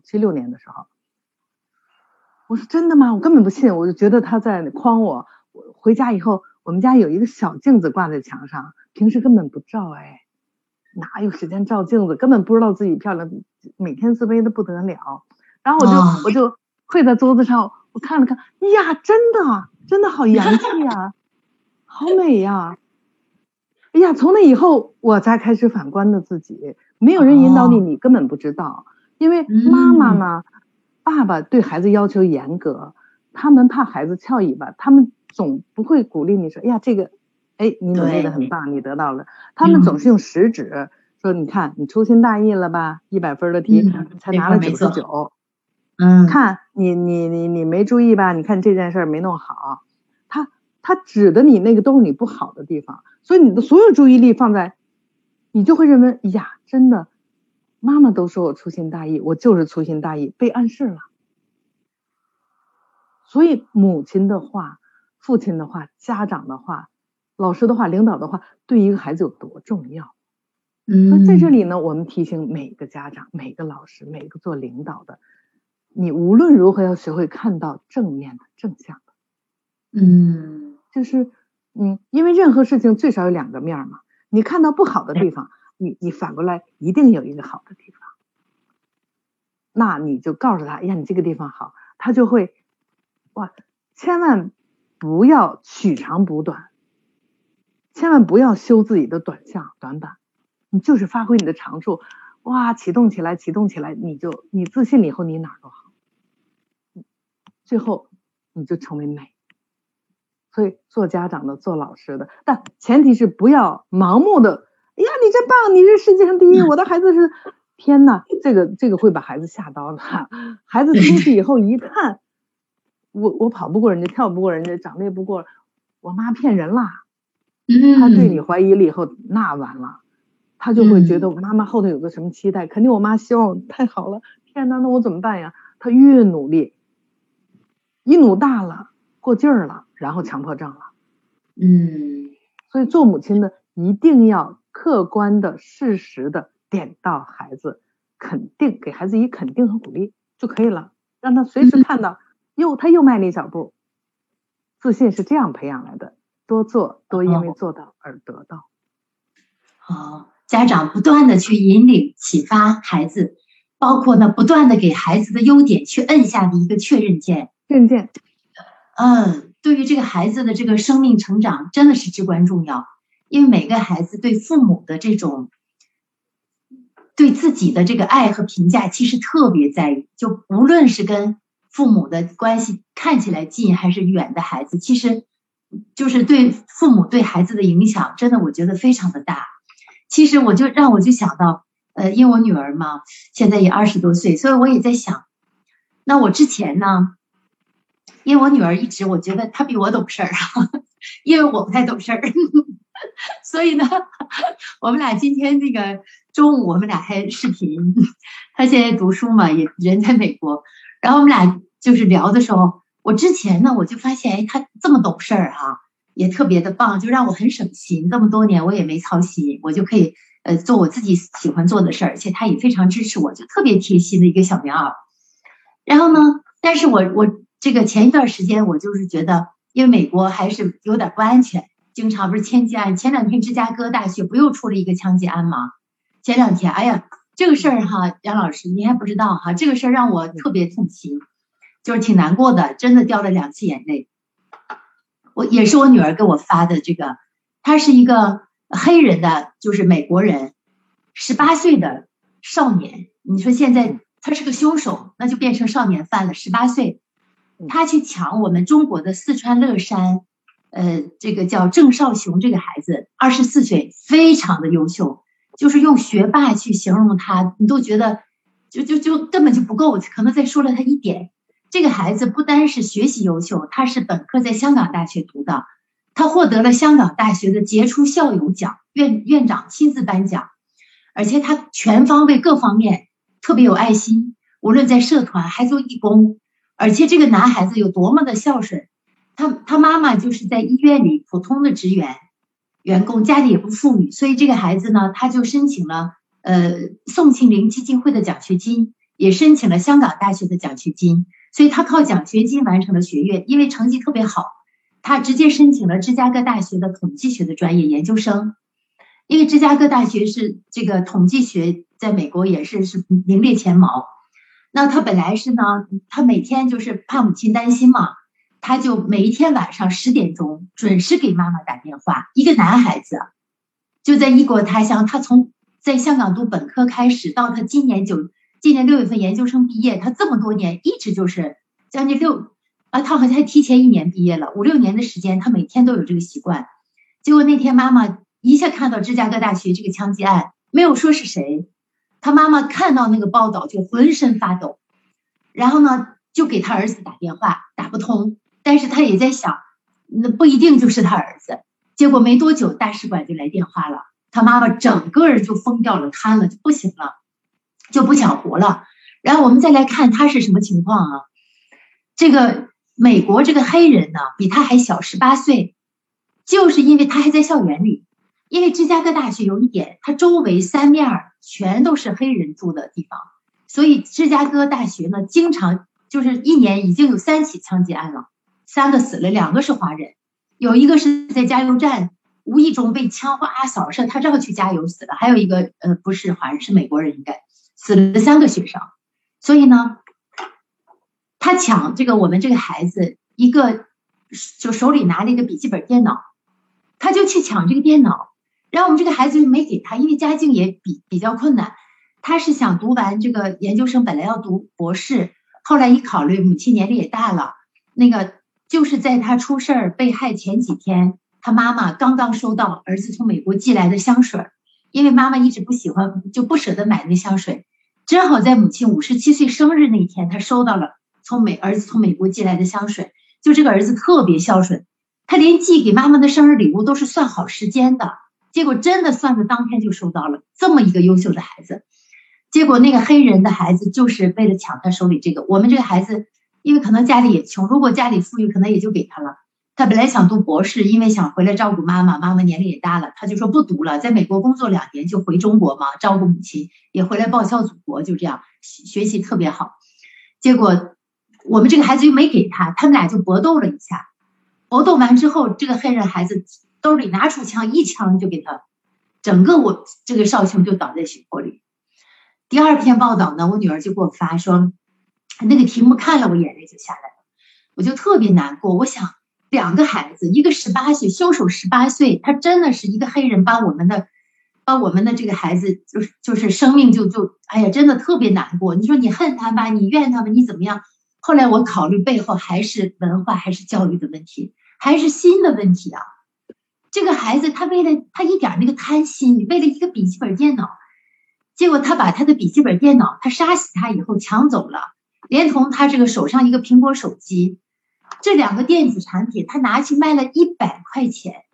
我说真的吗？我根本不信，我就觉得他在诓我。回家以后，我们家有一个小镜子挂在墙上，平时根本不照，哪有时间照镜子，根本不知道自己漂亮，每天自卑的不得了。然后我就跪在桌子上，我看了看，呀，真的好洋气啊，好美呀！哎呀，从那以后我才开始反观的自己，没有人引导你，你根本不知道。因为妈妈呢，爸爸对孩子要求严格，他们怕孩子翘尾巴，他们总不会鼓励你说，哎呀，这个，你努力的很棒，你得到了。他们总是用食指说，你看你粗心大意了吧，100分的题才拿了99。看你没注意吧？你看这件事没弄好，他指的你那个都是你不好的地方，所以你的所有注意力放在，你就会认为呀，真的，妈妈都说我粗心大意，我就是粗心大意，被暗示了。所以母亲的话、父亲的话、家长的话、老师的话、领导的话，对一个孩子有多重要。所以在这里呢，我们提醒每个家长、每个老师、每个做领导的，你无论如何要学会看到正面的、正向的。就是因为任何事情最少有两个面嘛，你看到不好的地方，你反过来一定有一个好的地方，那你就告诉他，哎呀，你这个地方好，他就会，哇，千万不要取长补短，千万不要修自己的短板，你就是发挥你的长处，哇，启动起来，你自信了以后，你哪儿都好，最后你就成为美。所以做家长的，做老师的，但前提是不要盲目的，哎呀，你真棒，你是世界上第一，我的孩子是，天哪，这个会把孩子吓到的。孩子出去以后一看，我跑不过人家，跳不过人家，长得也不过，我妈骗人啦。他对你怀疑了以后，那完了，他就会觉得我妈妈后头有个什么期待，肯定我妈希望太好了，天哪，那我怎么办呀？他越努力，一努大了，过劲儿了，然后强迫症了。所以做母亲的一定要客观的、事实的点到孩子，肯定，给孩子以肯定和鼓励就可以了，让他随时看到，他又迈了一小步。自信是这样培养来的，多做，多因为做到而得到。 家长不断的去引领、启发孩子，包括呢不断的给孩子的优点去摁下的一个确认键。对于这个孩子的这个生命成长真的是至关重要，因为每个孩子对父母的这种对自己的这个爱和评价其实特别在意，就无论是跟父母的关系看起来近还是远的孩子，其实就是对父母对孩子的影响真的我觉得非常的大。其实我就想到因为我女儿嘛现在也20多岁，所以我也在想，那我之前呢，因为我女儿一直我觉得她比我懂事儿因为我不太懂事儿所以呢我们俩今天那个中午我们俩还视频，她现在读书嘛，也人在美国，然后我们俩就是聊的时候，我之前呢我就发现她这么懂事儿也特别的棒，就让我很省心，这么多年我也没操心，我就可以做我自己喜欢做的事儿，而且她也非常支持我，就特别贴心的一个小棉袄。然后呢，但是我这个前一段时间我就是觉得，因为美国还是有点不安全，经常不是枪击案，前2天芝加哥大学不又出了一个枪击案吗？前2天，哎呀，这个事儿杨老师你还不知道这个事儿让我特别痛心，就是挺难过的，真的掉了2次眼泪。也是我女儿给我发的，这个他是一个黑人的，就是美国人，18岁的少年，你说现在他是个凶手，那就变成少年犯了，18岁，他去抢我们中国的四川乐山，这个叫郑少雄这个孩子，24岁，非常的优秀，就是用学霸去形容他，你都觉得就根本就不够，可能再说了他一点。这个孩子不单是学习优秀，他是本科在香港大学读的，他获得了香港大学的杰出校友奖，院长亲自颁奖，而且他全方位各方面特别有爱心，无论在社团还做义工，而且这个男孩子有多么的孝顺，他妈妈就是在医院里普通的职员工，家里也不富裕，所以这个孩子呢，他就申请了宋庆龄基金会的奖学金，也申请了香港大学的奖学金，所以他靠奖学金完成了学业，因为成绩特别好，他直接申请了芝加哥大学的统计学的专业研究生。因为芝加哥大学是这个统计学在美国也是名列前茅。那他本来是呢，他每天就是怕母亲担心嘛，他就每一天晚上10点钟准时给妈妈打电话。一个男孩子就在异国他乡，他从在香港读本科开始，到他今年6月份研究生毕业，他这么多年一直就是将近他好像还提前1年毕业了，5、6年的时间，他每天都有这个习惯。结果那天妈妈一下看到芝加哥大学这个枪击案，没有说是谁，他妈妈看到那个报道就浑身发抖，然后呢就给他儿子打电话，打不通，但是他也在想，那不一定就是他儿子。结果没多久大使馆就来电话了，他妈妈整个人就疯掉了，瘫了，就不行了，就不想活了。然后我们再来看他是什么情况这个美国这个黑人呢比他还小18岁，就是因为他还在校园里。因为芝加哥大学有一点，它周围3面全都是黑人住的地方，所以芝加哥大学呢经常就是1年已经有3起枪击案了，3个死了，2个是华人。 有一个是在加油站无意中被枪花扫射，他正好去加油死了，还有一个不是华人，是美国人，应该死了3个学生。所以呢，他抢这个我们这个孩子一个就手里拿了一个笔记本电脑，他就去抢这个电脑，然后我们这个孩子就没给他，因为家境也比较困难，他是想读完这个研究生，本来要读博士，后来一考虑母亲年龄也大了，那个就是在他出事儿被害前几天，他妈妈刚刚收到儿子从美国寄来的香水，因为妈妈一直不喜欢，就不舍得买那香水，正好在母亲57岁生日那天，他收到了儿子从美国寄来的香水。就这个儿子特别孝顺，他连寄给妈妈的生日礼物都是算好时间的，结果真的算的当天就收到了，这么一个优秀的孩子。结果那个黑人的孩子就是为了抢他手里这个，我们这个孩子因为可能家里也穷，如果家里富裕可能也就给他了。他本来想读博士，因为想回来照顾妈妈，妈妈年龄也大了，他就说不读了，在美国工作2年就回中国嘛，照顾母亲，也回来报效祖国，就这样学习特别好。结果我们这个孩子又没给他，他们俩就搏斗了一下，搏斗完之后，这个黑人孩子兜里拿出枪，一枪就给他，整个我这个少兄就倒在血泊里。第2篇报道呢，我女儿就给我发说，那个题目看了我眼泪就下来了，我就特别难过。我想2个孩子，一个18岁，凶手18岁，他真的是一个黑人把我们的这个孩子就是生命就哎呀，真的特别难过。你说你恨他吧，你怨他吧，你怎么样？后来我考虑背后还是文化，还是教育的问题，还是心的问题啊。这个孩子他为了他一点那个贪心，为了一个笔记本电脑，结果他把他的笔记本电脑，他杀死他以后抢走了，连同他这个手上一个苹果手机，这2个电子产品他拿去卖了100块钱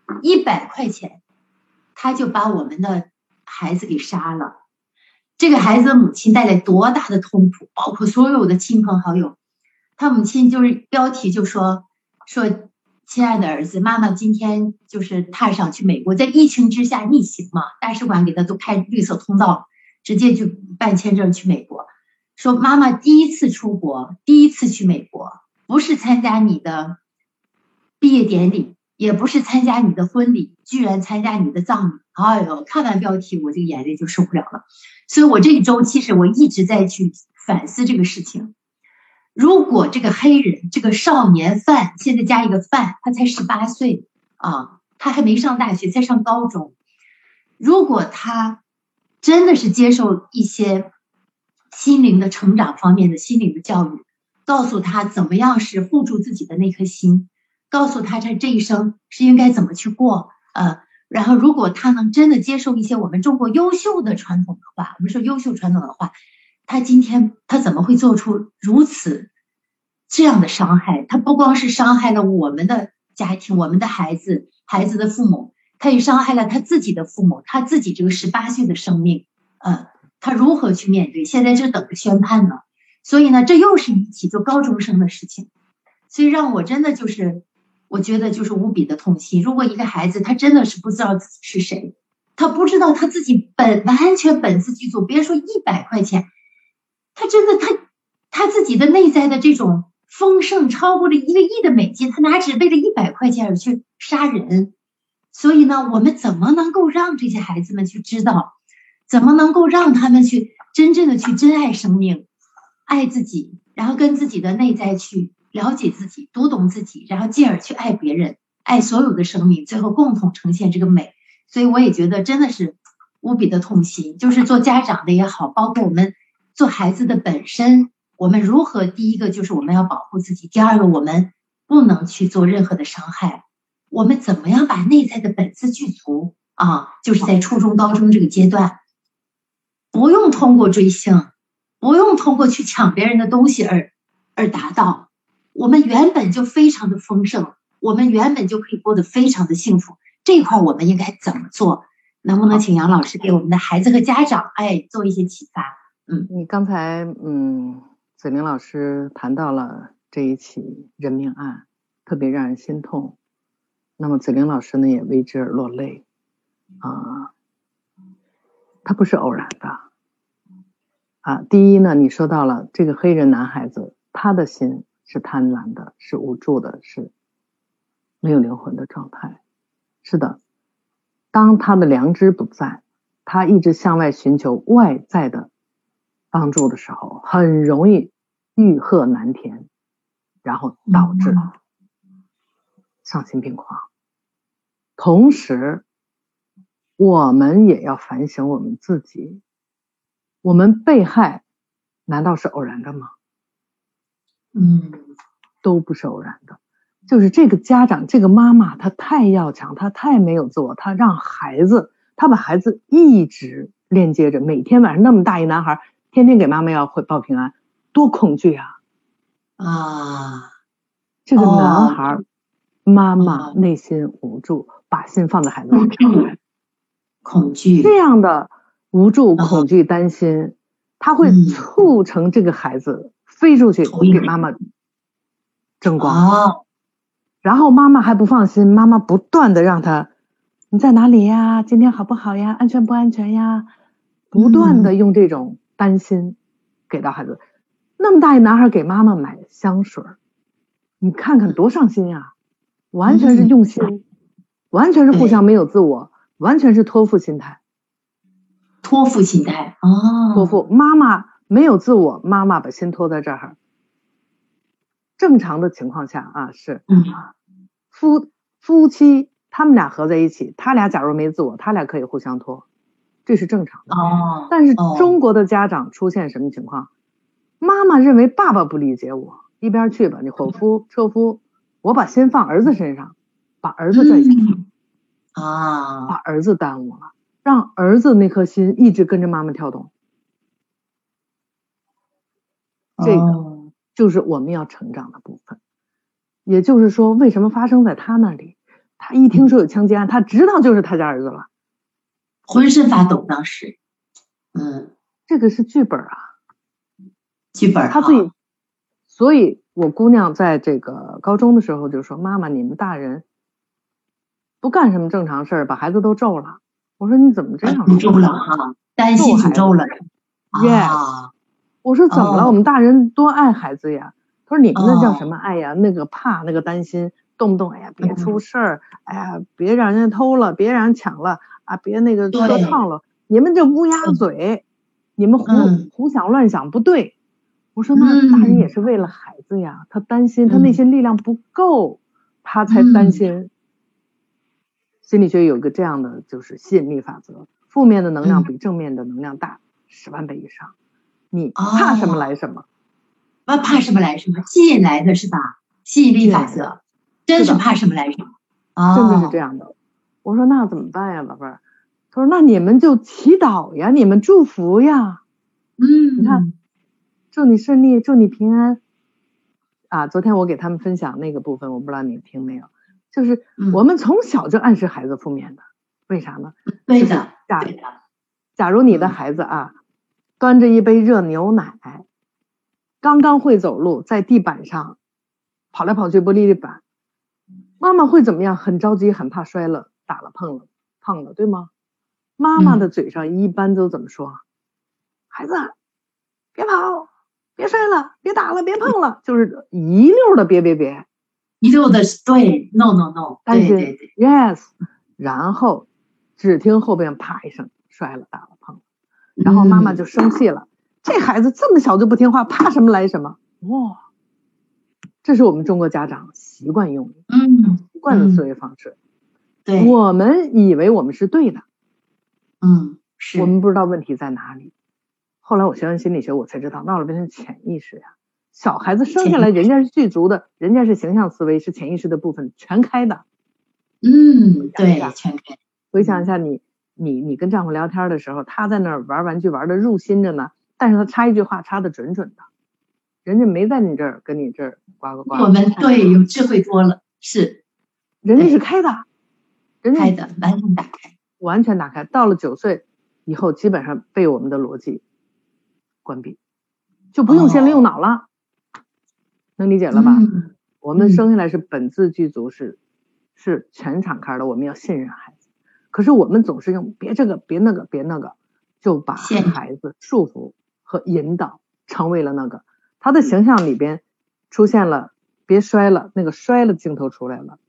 ，100块钱，他就把我们的孩子给杀了。这个孩子的母亲带来多大的痛苦，包括所有的亲朋好友。他母亲就是标题就说亲爱的儿子，妈妈今天就是踏上去美国，在疫情之下逆行嘛，大使馆给他都开绿色通道，直接就办签证去美国。说妈妈第一次出国，第一次去美国，不是参加你的毕业典礼，也不是参加你的婚礼，居然参加你的葬礼。哎呦，看完标题我这个眼泪就受不了了。所以我这一周其实我一直在去反思这个事情。如果这个黑人这个少年犯，现在加一个犯，他才18岁啊，他还没上大学，才上高中。如果他真的是接受一些心灵的成长方面的心灵的教育，告诉他怎么样是护住自己的那颗心，告诉他这一生是应该怎么去过，然后如果他能真的接受一些我们中国优秀的传统的话，我们说优秀传统的话，他今天他怎么会做出如此这样的伤害？他不光是伤害了我们的家庭，我们的孩子的父母，他也伤害了他自己的父母，他自己这个18岁的生命，他如何去面对？现在就等着宣判呢。所以呢，这又是一起做高中生的事情，所以让我真的就是我觉得就是无比的痛心。如果一个孩子他真的是不知道自己是谁，他不知道他自己完全本自具足，别说100块钱，他真的他自己的内在的这种丰盛超过了1个亿的美金，他哪只为了100块钱而去杀人？所以呢，我们怎么能够让这些孩子们去知道，怎么能够让他们去真正的去珍爱生命，爱自己，然后跟自己的内在去了解自己，读懂自己，然后进而去爱别人，爱所有的生命，最后共同呈现这个美。所以我也觉得真的是无比的痛心，就是做家长的也好，包括我们做孩子的本身，我们如何第一个就是我们要保护自己，第二个我们不能去做任何的伤害，我们怎么样把内在的本自具足啊？就是在初中高中这个阶段，不用通过追星，不用通过去抢别人的东西而达到，我们原本就非常的丰盛，我们原本就可以过得非常的幸福。这一块我们应该怎么做？能不能请杨老师给我们的孩子和家长做一些启发？ 你刚才子玲老师谈到了这一起人命案，特别让人心痛。那么子玲老师呢也为之而落泪他不是偶然的第一呢，你说到了这个黑人男孩子，他的心是贪婪的，是无助的，是没有灵魂的状态。是的，当他的良知不在，他一直向外寻求外在的帮助的时候，很容易欲壑难填，然后导致丧心病狂。同时我们也要反省我们自己，我们被害难道是偶然的吗？都不是偶然的。就是这个家长，这个妈妈，她太要强，她太没有自我，她让孩子，她把孩子一直链接着，每天晚上那么大一男孩，天天给妈妈要会报平安，多恐惧啊！这个男孩，妈妈内心无助，把心放在孩子身上， 恐惧， 这样的无助、恐惧、担心，他会促成这个孩子飞出去给妈妈争光。然后妈妈还不放心，妈妈不断的让他，你在哪里呀？今天好不好呀？安全不安全呀？不断的用这种担心给到孩子。那么大一男孩给妈妈买香水，你看看多上心呀！完全是用心，完全是互相没有自我，完全是托付心态。 托付心态， 托付。妈妈没有自我，妈妈把心托在这儿。正常的情况下啊，是夫妻他们俩合在一起，他俩假如没自我，他俩可以互相托，这是正常的。但是中国的家长出现什么情况？妈妈认为爸爸不理解我，一边去吧，你伙夫车夫，我把心放儿子身上，把儿子拽起来，把儿子耽误了，让儿子那颗心一直跟着妈妈跳动。这个就是我们要成长的部分。也就是说，为什么发生在他那里？他一听说有枪击案，他知道就是他家儿子了， 浑身发抖。当时， 这个是剧本啊， 剧本他自己。所以我姑娘在这个高中的时候就说：“妈妈，你们大人不干什么正常事儿，把孩子都咒了。”我说：“你怎么这样说？” 咒了哈，担心诅咒了。 Yes，我说怎么了？我们大人多爱孩子呀。他说：“你们那叫什么爱呀？那个怕，那个担心，动不动哎呀别出事儿，哎呀别让人家偷了，别让人抢了啊，别那个车撞了，你们这乌鸦嘴，你们胡想乱想不对。”我说：“那大人也是为了孩子呀，他担心，他内心力量不够，他才担心。”心理学有个这样的就是吸引力法则，负面的能量比正面的能量大10万倍以上，你怕什么来什么。 怕什么来什么，吸引来的是吧？吸引力法则，真是怕什么来什么。 真的是这样的。我说那怎么办呀，宝贝儿？他说那你们就祈祷呀，你们祝福呀。你看，祝你顺利，祝你平安。昨天我给他们分享那个部分，我不知道你听没有？就是我们从小就暗示孩子负面的，为啥呢？ 对的， 假如你的孩子端着一杯热牛奶，刚刚会走路，在地板上跑来跑去，玻璃地板，妈妈会怎么样？很着急，很怕摔了、打了、碰了、胖了，对吗？妈妈的嘴上一般都怎么说？孩子，别跑，别摔了，别打了，别碰了，就是一溜的别， 一溜的对 ，no， 对 ，yes， 然后只听后边啪一声，摔了、打了、碰了，然后妈妈就生气了。这孩子这么小就不听话，怕什么来什么。哇，这是我们中国家长习惯用的，习惯的思维方式。 对， 我们以为我们是对的， 是我们不知道问题在哪里。后来我学完心理学，我才知道闹了半天潜意识呀。小孩子生下来，人家是具足的，人家是形象思维，是潜意识的部分全开的。 对，全开。 回想一下你跟丈夫聊天的时候，他在那儿玩玩具玩的入心着呢。但是他插一句话插的准的，人家没在你这儿跟你这儿呱。 我们对有智慧多了，是， 人家是开的， 开的完全打开。到了9岁以后，基本上被我们的逻辑关闭，就不用心了，用脑了，能理解了吧？我们生下来是本自具足，是全敞开的，我们要信任孩子。可是我们总是用别这个别那个别那个，就把孩子束缚和引导成为了那个，他的形象里边出现了别摔了，那个摔了镜头出来了，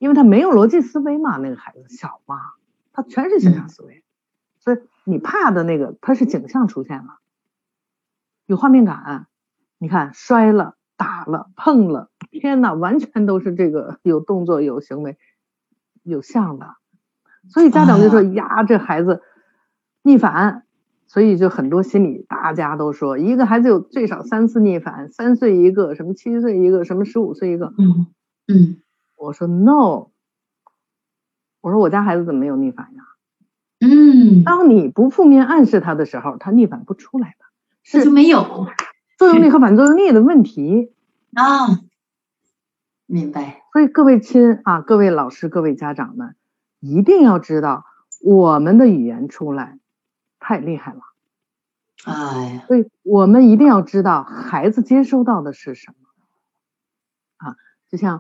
因为他没有逻辑思维嘛，那个孩子小嘛，他全是想象思维，所以你怕的那个他是景象出现了，有画面感，你看摔了打了碰了，天哪，完全都是这个有动作有行为有像的，所以家长就说呀，这孩子逆反，所以就很多心理大家都说一个孩子有最少3次逆反，3岁一个，什么7岁一个，什么15岁一个。我说 no， 我说我家孩子怎么没有逆反呀？当你不负面暗示他的时候，他逆反不出来的， 是就没有作用力和反作用力的问题啊。明白。 所以各位各位老师各位家长们一定要知道我们的语言出来太厉害了，所以我们一定要知道孩子接收到的是什么就像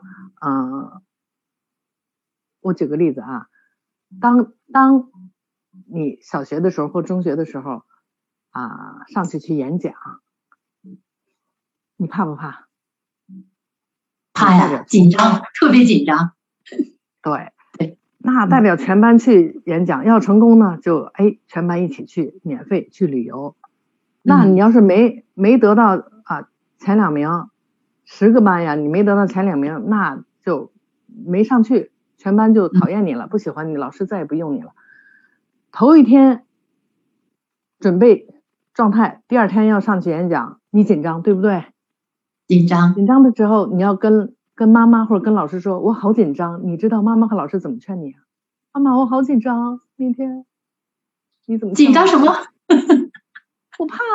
我举个例子当你小学的时候或中学的时候上去演讲，你怕不怕？ 怕呀，紧张，特别紧张。 对，那代表全班去演讲，要成功呢，就全班一起去，免费去旅游。那你要是没得到前2名，10个班呀，你没得到前2名，那就没上去，全班就讨厌你了，不喜欢你，老师再也不用你了。头一天准备状态，第2天要上去演讲，你紧张对不对？紧张的时候，你要跟妈妈或者跟老师说，我好紧张。你知道妈妈和老师怎么劝你妈妈，我好紧张，明天你怎么紧张什么？ 不怕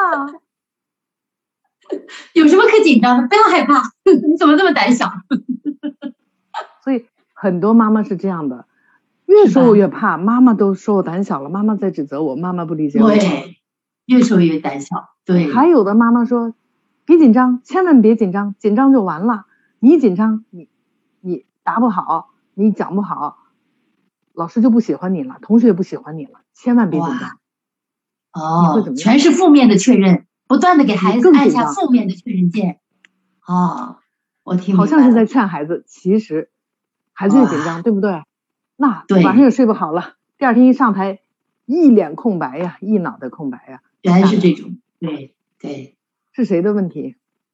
有什么可紧张的？不要害怕，你怎么这么胆小？ 所以很多妈妈是这样的，越说我越怕，妈妈都说我胆小了，妈妈在指责我，妈妈不理解我。 对，越说越胆小。对， 还有的妈妈说别紧张，千万别紧张，紧张就完了。你紧张，你答不好，你讲不好，老师就不喜欢你了，同学不喜欢你了，千万别紧张。你会怎么样？ 全是负面的确认，不断的给孩子按下负面的确认键。我听明白了， 好像是在劝孩子，其实孩子越紧张，对不对？那晚上也睡不好了，第2天一上台，一脸空白呀，一脑袋空白呀， 原来是这种。对， 是谁的问题？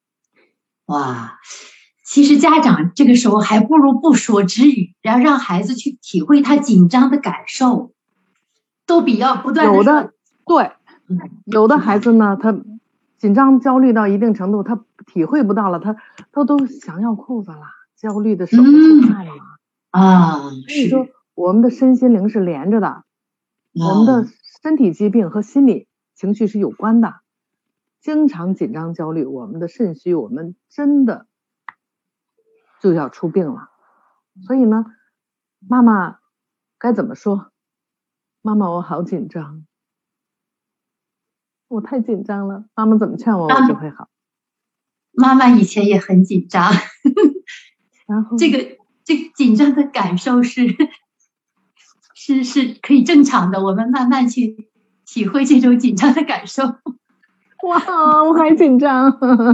其实家长这个时候还不如不说之语，然后让孩子去体会他紧张的感受，都比要不断的有的孩子呢，他紧张焦虑到一定程度，他体会不到了，他都想要裤子了，焦虑的手不出汗了所以说我们的身心灵是连着的，我们的身体疾病和心理情绪是有关的。经常紧张焦虑，我们的肾虚，我们真的就要出病了。所以呢，妈妈该怎么说？妈妈，我好紧张，我太紧张了。妈妈怎么劝我，我就会好。 妈妈以前也很紧张， 然后这个紧张的感受是可以正常的，我们慢慢去体会这种紧张的感受。 我还紧张。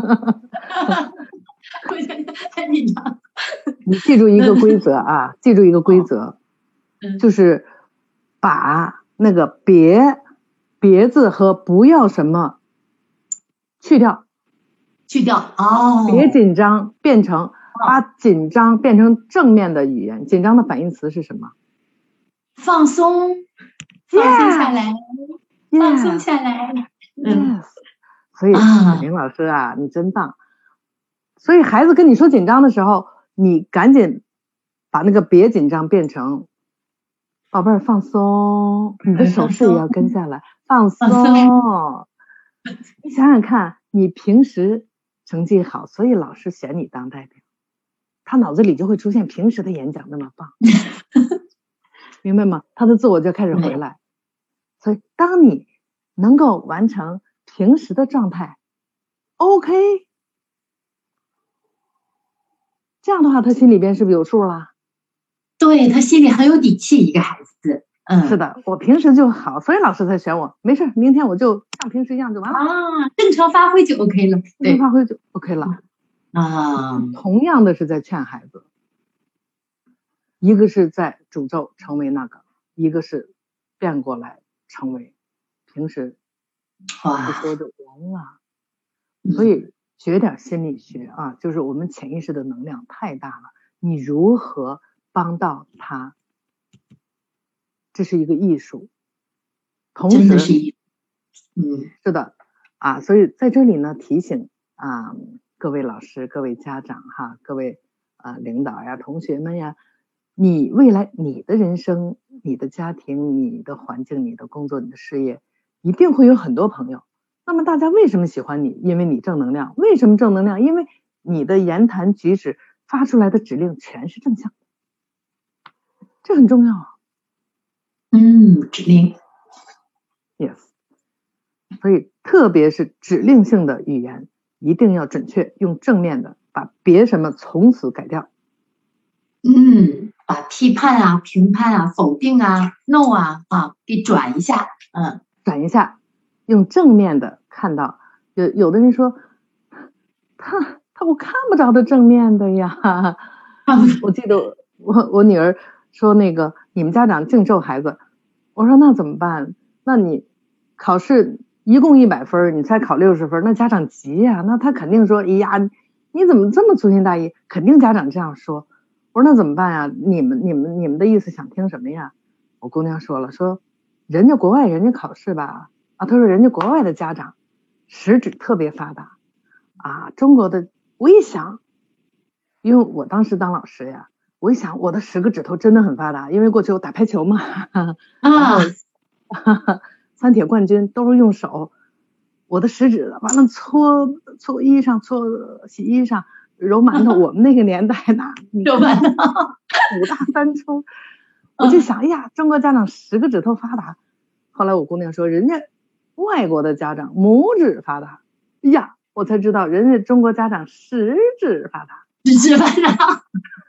我太紧张。 你记住一个规则记住一个规则，就是把那个别字和不要什么去掉别紧张变成把紧张变成正面的语言。紧张的反义词是什么？ 放松下来，放松下来。 所以林老师你真棒。所以孩子跟你说紧张的时候，你赶紧把那个别紧张变成宝贝儿放松，你的手势也要跟下来，放松。你想想看，你平时成绩好，所以老师选你当代表，他脑子里就会出现平时的演讲那么棒。明白吗？他的自我就开始回来。所以当你能够完成平时的状态 OK， 这样的话他心里边是不是有数了？ 对，他心里很有底气，一个孩子。 是的，我平时就好，所以老师才选我，没事，明天我就像平时一样就完了正常发挥就 OK 了。 正常发挥就 OK 了同样的是在劝孩子。 一个是在诅咒成为那个，一个是变过来成为平时不说就完了。所以学点心理学啊，就是我们潜意识的能量太大了，你如何帮到他，这是一个艺术。同时真的是是的啊，所以在这里呢，提醒啊各位老师、各位家长哈、各位领导呀、同学们呀，你未来你的人生、你的家庭、你的环境、你的工作、你的事业，一定会有很多朋友。那么大家为什么喜欢你？因为你正能量。为什么正能量？因为你的言谈举止发出来的指令全是正向，这很重要啊。 指令 Yes， 所以特别是指令性的语言一定要准确，用正面的，把别什么从此改掉。 把批判啊、评判啊、否定啊、no 啊给转一下， 转一下，用正面的看到。有的人说他我看不着的正面的呀。我记得我女儿说那个你们家长净咒孩子，我说那怎么办？那你考试一共100分，你才考60分，那家长急呀，那他肯定说，哎呀，你怎么这么粗心大意？肯定家长这样说。我说那怎么办呀？你们的意思想听什么呀？我姑娘说了，说人家国外人家考试吧，她说人家国外的家长食指特别发达啊，中国的我一想，因为我当时当老师呀，我一想我的10个指头真的很发达，因为过去我打排球嘛，然后3铁冠军都是用手，我的食指完了搓衣裳、搓洗衣裳、揉馒头，我们那个年代那揉馒头 5大3粗，我就想，哎呀，中国家长10个指头发达。后来我姑娘说，人家外国的家长拇指发达，呀，我才知道人家中国家长食指发达。 食指发达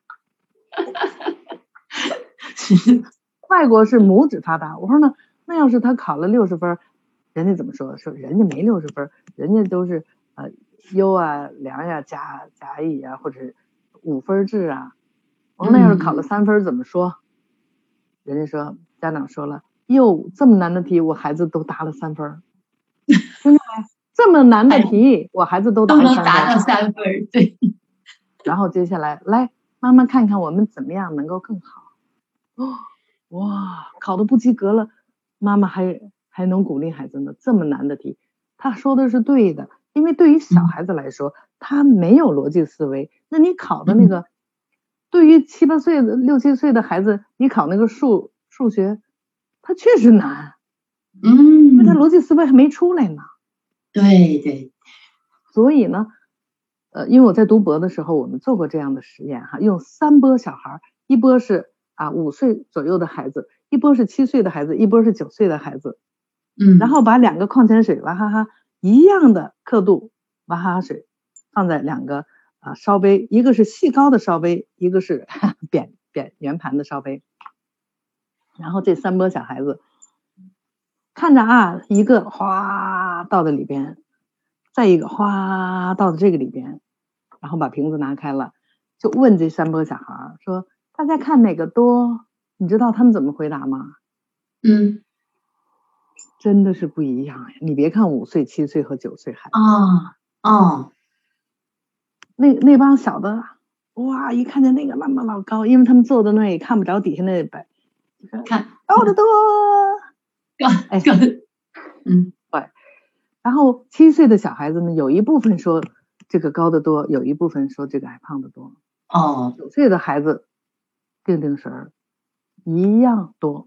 外国是拇指发达。我说那要是他考了60分，人家怎么说？说人家没60分，人家都是优啊、良呀、甲乙啊，或者是5分制啊。我说那要是考了3分怎么说？人家说家长说了，哟，这么难的题我孩子都答了3分。听见没？这么难的题我孩子都答了3分。 都能达到3分，对。 然后接下来来妈妈看看我们怎么样能够更好。哇，考得不及格了，妈妈还能鼓励孩子呢。这么难的题，他说的是对的，因为对于小孩子来说，他没有逻辑思维。那你考的那个，对于7、8岁的、6、7岁的孩子，你考那个数学，他确实难，因为他逻辑思维还没出来呢。 对。 所以呢，因为我在读博的时候，我们做过这样的实验哈，用3波小孩，一波是5岁左右的孩子，一波是7岁的孩子，一波是9岁的孩子，然后把2个矿泉水娃哈哈一样的刻度娃哈哈水放在2个烧杯，一个是细高的烧杯，一个是扁圆盘的烧杯，然后这3波小孩子看着一个哗倒在里边，再一个哗倒在这个里边，然后把瓶子拿开了，就问这3波小孩说，大家看哪个多？你知道他们怎么回答吗？真的是不一样呀！你别看5岁、7岁和9岁孩子那帮小的，哇，一看见那个那么老高，因为他们坐在那也看不着底下那白， 看高得多， 对。 然后7岁的小孩子呢，有一部分说这个高得多，有一部分说这个矮胖得多。9岁的孩子定神儿，一样多。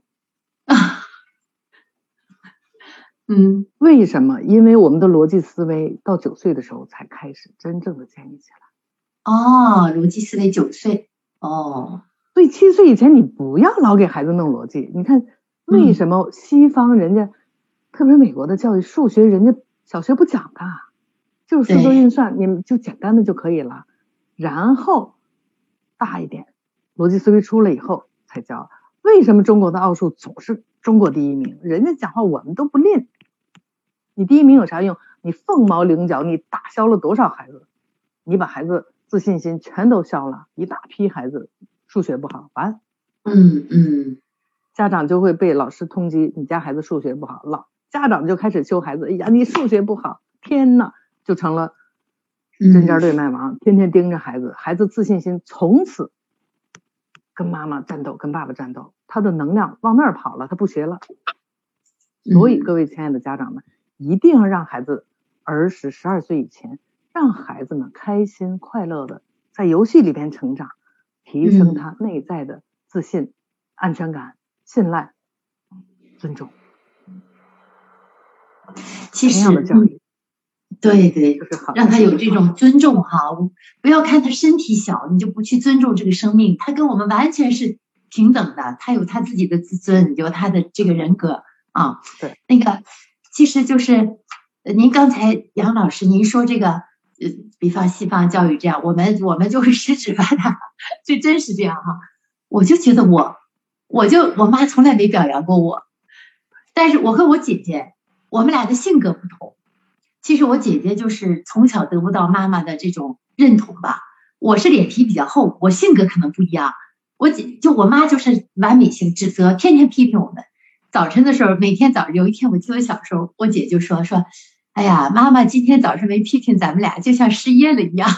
为什么？因为我们的逻辑思维到9岁的时候才开始真正的建立起来。 逻辑思维9岁。 所以7岁以前你不要老给孩子弄逻辑。你看为什么西方人家，特别是美国的教育，数学人家小学不讲的，就是数学运算，你们就简单的就可以了。然后大一点，逻辑思维出来以后才教。为什么中国的奥数总是中国第1名？人家讲话我们都不吝。你第1名有啥用？你凤毛麟角，你打消了多少孩子？你把孩子自信心全都消了，一大批孩子数学不好，完嗯嗯家长就会被老师通缉，你家孩子数学不好，家长就开始羞孩子，哎呀，你数学不好，天呐，就成了针尖对麦芒，天天盯着孩子，孩子自信心从此跟妈妈战斗，跟爸爸战斗，他的能量往那儿跑了，他不学了。所以各位亲爱的家长们，一定要让孩子儿时12岁以前，让孩子们开心快乐的在游戏里边成长，提升他内在的自信、安全感、信赖、尊重。 其实的教育， 对对，让他有这种尊重哈，不要看他身体小，你就不去尊重这个生命，他跟我们完全是平等的，他有他自己的自尊，有他的这个人格啊。 对， 那个其实就是您刚才杨老师您说这个比方西方教育这样，我们就会实质把它，就真是这样哈。我就觉得我妈从来没表扬过我，但是我和我姐姐，我们俩的性格不同。其实我姐姐就是从小得不到妈妈的这种认同吧，我是脸皮比较厚，我性格可能不一样。我妈就是完美型，指责，天天批评我们。早晨的时候，每天早上有一天，我记得小时候，我姐就说，哎呀，妈妈今天早上没批评咱们俩，就像失业了一样。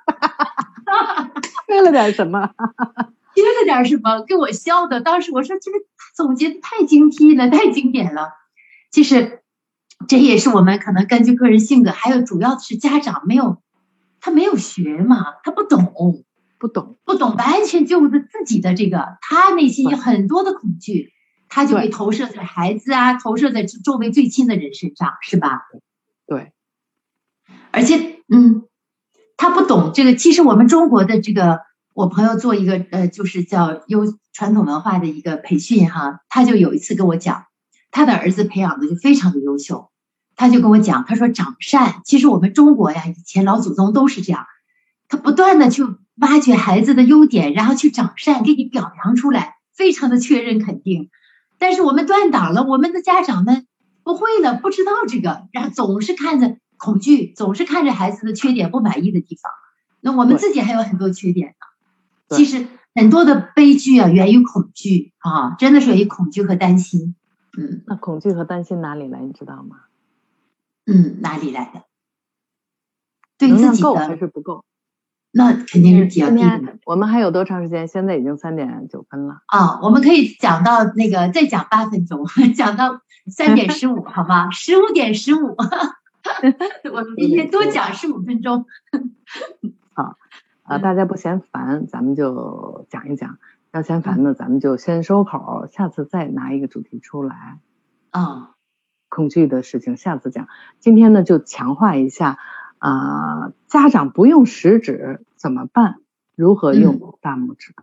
缺了点什么？ 缺了点什么？给我笑的。当时我说这个总结的太精辟了，太经典了。其实这也是我们可能根据个人性格，还有主要的是家长没有学嘛，他不懂，完全就是自己的这个，他内心有很多的恐惧，他就会投射在孩子啊，投射在周围最亲的人身上，是吧？ 对。 而且，他不懂这个。其实我们中国的这个，我朋友做一个就是叫传统文化的一个培训哈，他就有一次跟我讲，他的儿子培养的就非常的优秀，他就跟我讲，他说长善，其实我们中国呀，以前老祖宗都是这样，他不断的去挖掘孩子的优点，然后去长善，给你表扬出来，非常的确认肯定。但是我们断档了，我们的家长们不会了，不知道这个，然后总是看着恐惧，总是看着孩子的缺点不满意的地方，那我们自己还有很多缺点呢。其实很多的悲剧啊，源于恐惧啊，真的是源于恐惧和担心。 那恐惧和担心哪里来，你知道吗？ 哪里来的？对自己的够还是不够？ 那肯定是比较低的。 我们还有多长时间？现在已经3:09了啊！我们可以讲到那个再讲8分钟，讲到3:15，好吗？15:15，我们今天多讲15分钟。 好大家不嫌烦，咱们就讲一讲。要嫌烦呢，咱们就先收口，下次再拿一个主题出来。恐惧的事情下次讲。今天呢，就强化一下家长不用食指怎么办？如何用大拇指？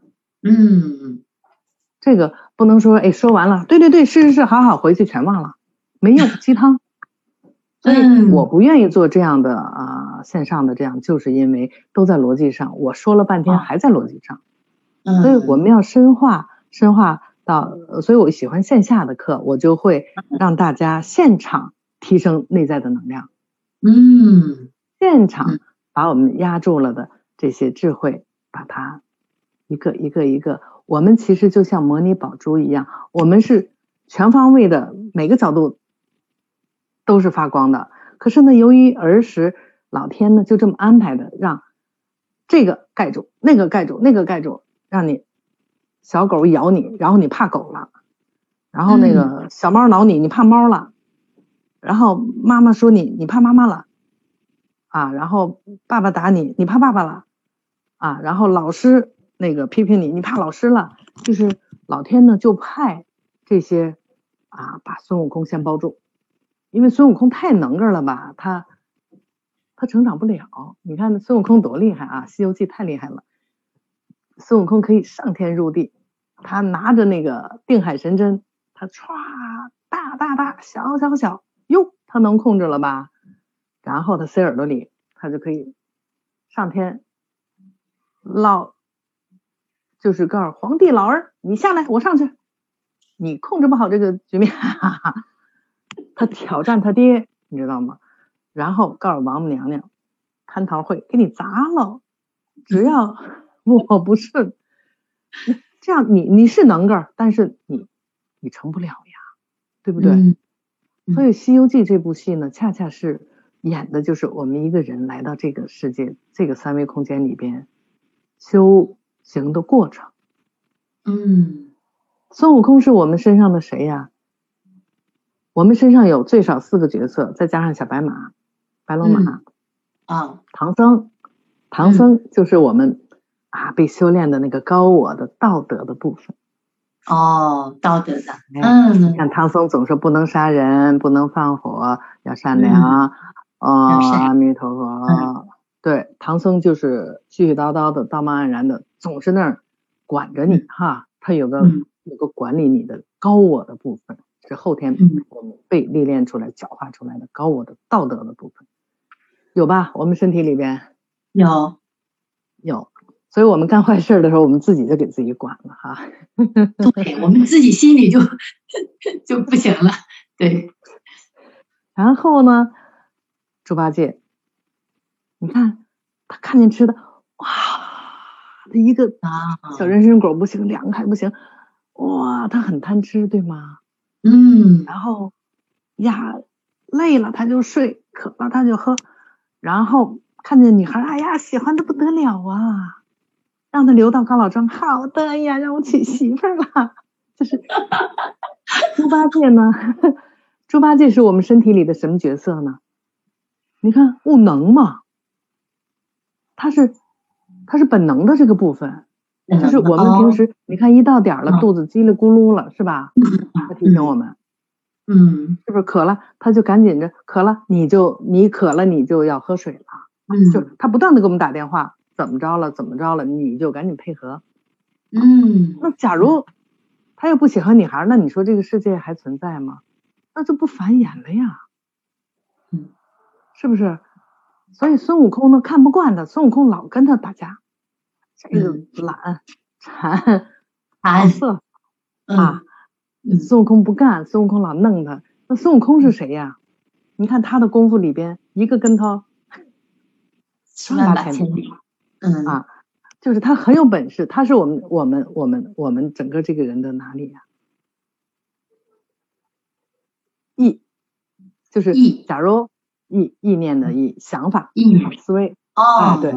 这个不能说说完了，对，是，好，回去全忘了，没用，鸡汤。所以我不愿意做这样的线上的这样，就是因为都在逻辑上，我说了半天还在逻辑上。所以我们要深化到，所以我喜欢线下的课，我就会让大家现场提升内在的能量。现场把我们压住了的这些智慧，把它一个一个，我们其实就像模拟宝珠一样，我们是全方位的，每个角度都是发光的。可是呢，由于儿时老天呢就这么安排的，让这个盖住，那个盖住，那个盖住，让你小狗咬你，然后你怕狗了，然后那个小猫挠你，你怕猫了，然后妈妈说你怕妈妈了然后爸爸打你，你怕爸爸了然后老师那个批评你，你怕老师了。就是老天呢就派这些把孙悟空先包住，因为孙悟空太能干了吧，他成长不了。你看孙悟空多厉害西游记太厉害了。孙悟空可以上天入地，他拿着那个定海神针，他歘大小哟，他能控制了吧？然后他塞耳朵里，他就可以上天就是告诉皇帝老儿，你下来，我上去，你控制不好这个局面，他挑战他爹，你知道吗？然后告诉王母娘娘，蟠桃会给你砸了，只要我不顺， 这样你是能个儿，但是你成不了呀，对不对？所以《西游记》这部戏呢，恰恰是演的就是我们一个人来到这个世界，这个三维空间里边修行的过程。孙悟空是我们身上的谁呀？我们身上有最少4个角色，再加上小白马、白龙马，唐僧就是我们被修炼的那个高我的道德的部分。 道德的。 你看唐僧总说不能杀人，不能放火，要善良。阿弥陀佛。对，唐僧就是絮絮叨叨的，道貌岸然的，总是那儿管着你哈。他有个管理你的高我的部分，是后天我们被历练出来、教化出来的高我的道德的部分，有吧？我们身体里边有， 所以我们干坏事的时候，我们自己就给自己管了哈。 对，我们自己心里就不行了。对。 然后呢，猪八戒，你看他看见吃的，哇，他一个小人参果不行，2个还不行，哇，他很贪吃，对吗？然后呀，累了他就睡，渴了他就喝，然后看见女孩，哎呀，喜欢的不得了啊，让他留到高老庄，好的呀，让我娶媳妇了。就是猪八戒呢，猪八戒是我们身体里的什么角色呢？你看悟能嘛，他是本能的这个部分，就是我们平时你看一到点了，肚子叽里咕噜了，是吧？他提醒我们，是不是渴了，他就赶紧着，渴了你渴了你就要喝水了，就他不断的给我们打电话，怎么着了，你就赶紧配合。那假如他又不喜欢女孩，那你说这个世界还存在吗？那就不繁衍了呀，是不是？所以孙悟空呢看不惯他，孙悟空老跟他打架，这个懒馋好色孙悟空不干，孙悟空老弄他。那孙悟空是谁呀？你看他的功夫里边，一个跟头万八千里。 就是他很有本事，他是我们整个这个人的哪里呀？意，就是假如意念的意，想法思维。对，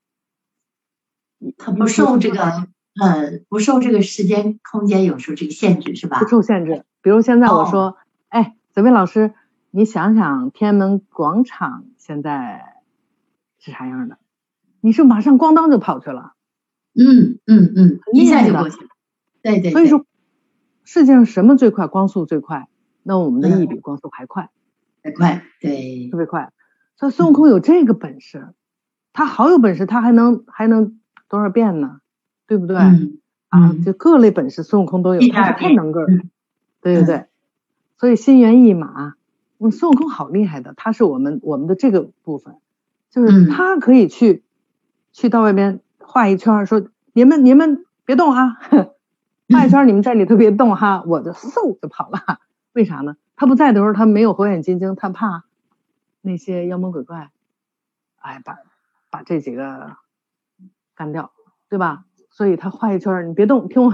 他不受这个时间空间有时候这个限制，是吧？ 不受限制。比如现在我说，泽维老师，你想想天安门广场现在是啥样的？你是马上咣当就跑去了。 一下就过去了。对。 所以说，世界上什么最快？光速最快。那我们的意比光速还快。 还快，对， 特别快。所以孙悟空有这个本事，他好有本事，他还能多少变呢？对不对？就各类本事孙悟空都有，他是太能个儿。对。所以心猿意马，孙悟空好厉害的，他是我们的这个部分，就是他可以去到外边画一圈，说你们别动啊，画一圈你们在里头别动哈，我就嗖就跑了。为啥呢？他不在的时候，他没有火眼金睛，他怕那些妖魔鬼怪，把这几个干掉，对吧？所以他画一圈，你别动，听我。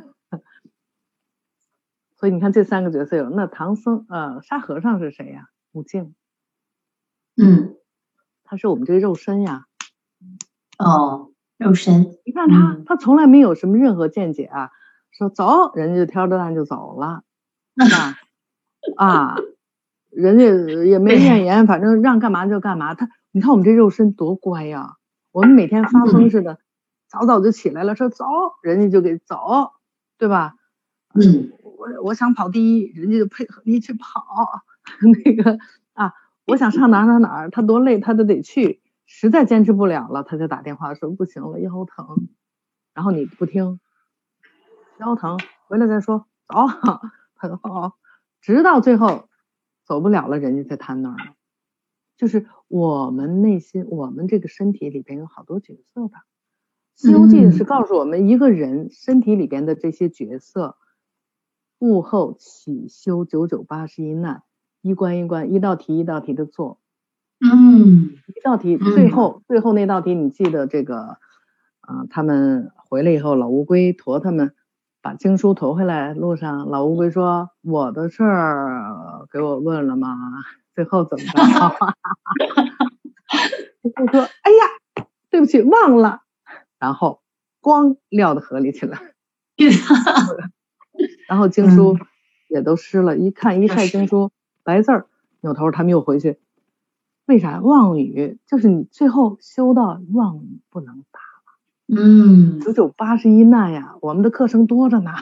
所以你看这3个角色有，那唐僧沙和尚是谁呀？悟净。他是我们这个肉身呀。 肉身。 你看他从来没有什么任何见解啊，说走，人家就挑着担就走了，是吧？人家也没怨言，反正让干嘛就干嘛。你看我们这肉身多乖呀，我们每天发疯似的，早就起来了，说走，人家就给走，对吧？我想跑第一，人家就配合你去跑。那个我想上哪儿，他多累他都得去，实在坚持不了了，他就打电话说不行了，腰疼，然后你不听，腰疼回来再说，走，他说好，直到最后走不了了，人家才瘫那儿了。就是我们内心，我们这个身体里边有好多角色的。西游记是告诉我们一个人身体里边的这些角色，悟后起修9981难，一关一关，一道题一道题的做。一道题，最后那道题，你记得这个他们回来以后，老乌龟驮他们把经书驮回来路上，老乌龟说：“我的事儿给我问了吗？最后怎么着？”我说：“哎呀，对不起，忘了。”然后光撂到河里去了。然后经书也都湿了，一看一晒经书白字儿，扭头他们又回去。为啥妄语？就是你最后修到妄语不能打了。9981难呀，我们的课程多着呢。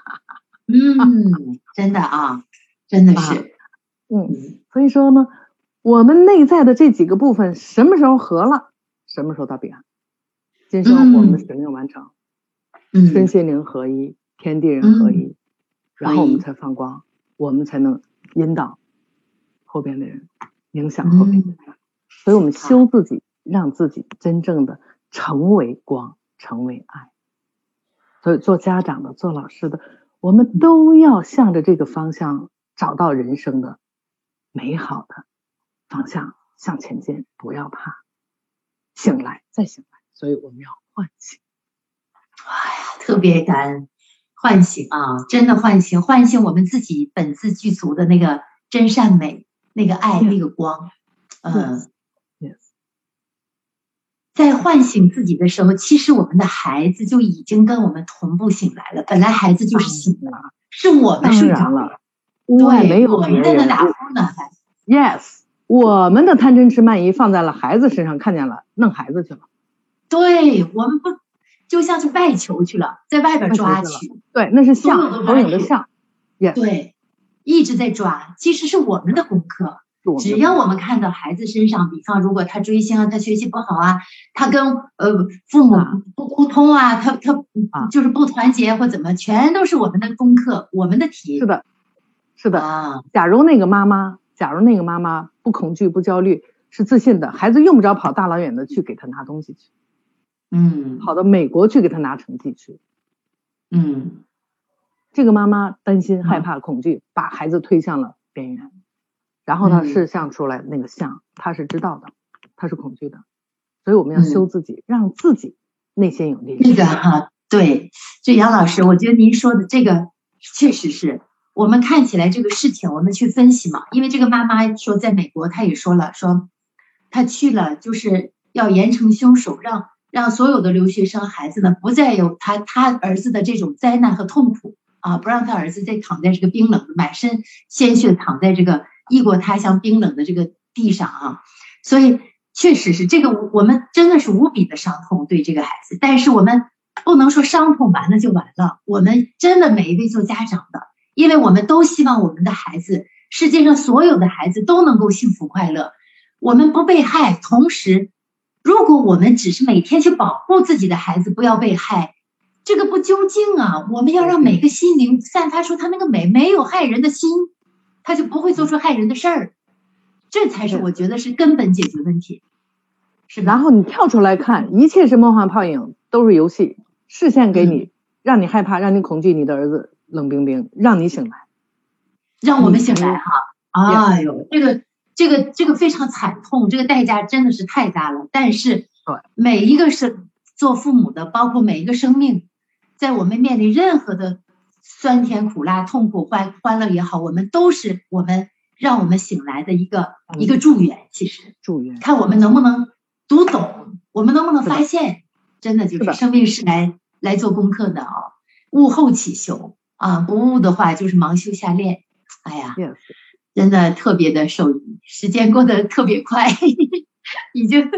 真的啊，真的是。 所以说呢，我们内在的这几个部分什么时候合了，什么时候到彼岸。今生我们的使命完成，身心灵合一，天地人合一，然后我们才放光，我们才能引导后边的人，影响后边的人。所以我们修自己，让自己真正的成为光，成为爱。所以做家长的，做老师的，我们都要向着这个方向找到人生的美好的方向，向前进，不要怕，醒来再醒来。所以我们要唤醒。 哎呀，特别感恩唤醒啊，真的唤醒我们自己本自具足的那个真善美，那个爱，那个光。在唤醒自己的时候，其实我们的孩子就已经跟我们同步醒来了。本来孩子就是醒的，是我们睡着了。对，我们在那打呼呢。 Yes， 我们的贪嗔痴慢疑放在了孩子身上，看见了，弄孩子去了。 对，我们不就像是外求去了，在外边抓去。 对，那是像投影的像。 对，一直在抓，其实是我们的功课。只要我们看到孩子身上，比方如果他追星啊，他学习不好啊，他跟父母不沟通啊，他就是不团结或怎么，全都是我们的功课，我们的题。 是的。假如那个妈妈不恐惧不焦虑，是自信的，孩子用不着跑大老远的去给他拿东西去。跑到美国去给他拿成绩去。这个妈妈担心害怕恐惧，把孩子推向了边缘。然后他示像出来那个像，他是知道的，他是恐惧的，所以我们要修自己，让自己内心有力量。 那个对，这杨老师，我觉得您说的这个确实是我们看起来这个事情，我们去分析嘛。因为这个妈妈说在美国，她也说了，说她去了就是要严惩凶手，让所有的留学生孩子呢不再有他儿子的这种灾难和痛苦啊，不让他儿子再躺在这个冰冷的满身鲜血躺在这个异国他乡冰冷的这个地上啊。所以确实是这个，我们真的是无比的伤痛对这个孩子，但是我们不能说伤痛完了就完了，我们真的每一位做家长的，因为我们都希望我们的孩子，世界上所有的孩子都能够幸福快乐，我们不被害。同时如果我们只是每天去保护自己的孩子不要被害，这个不究竟啊。我们要让每个心灵散发出他那个美，没有害人的心，他就不会做出害人的事儿，这才是我觉得是根本解决问题。是， 然后你跳出来看，一切是梦幻泡影，都是游戏，视线给你，让你害怕，让你恐惧，你的儿子冷冰冰，让你醒来， 让我们醒来哈。哎呦，这个非常惨痛，这个代价真的是太大了。但是每一个是做父母的，包括每一个生命，在我们面临任何的酸甜苦辣、痛苦欢乐也好，我们都是我们让我们醒来的一个助缘。其实助缘， 看我们能不能读懂，我们能不能发现，真的就是生命是来做功课的啊。悟后起修啊，不悟的话就是盲修瞎练。哎呀，真的特别的受益，时间过得特别快，已经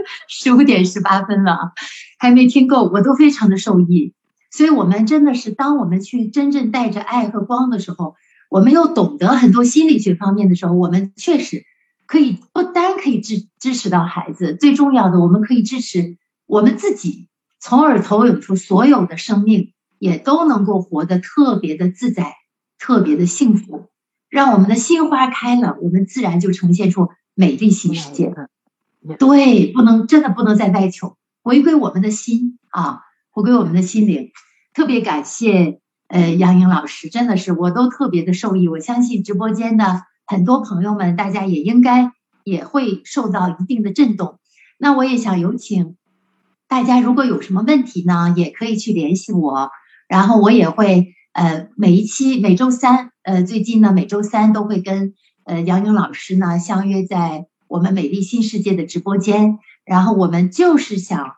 15:18了，还没听够，我都非常的受益。所以我们真的是，当我们去真正带着爱和光的时候，我们又懂得很多心理学方面的时候，我们确实可以不单可以支持到孩子，最重要的我们可以支持我们自己，从而投影出所有的生命也都能够活得特别的自在，特别的幸福。让我们的心花开了，我们自然就呈现出美丽新世界。对，真的不能再外求，回归我们的心啊，回归我们的心灵。特别感谢杨颖老师，真的是我都特别的受益。我相信直播间的很多朋友们，大家也会受到一定的震动。那我也想有请大家，如果有什么问题呢，也可以去联系我，然后我也会每一期每周三，最近呢每周三都会跟杨颖老师呢相约在我们美丽新世界的直播间，然后我们就是想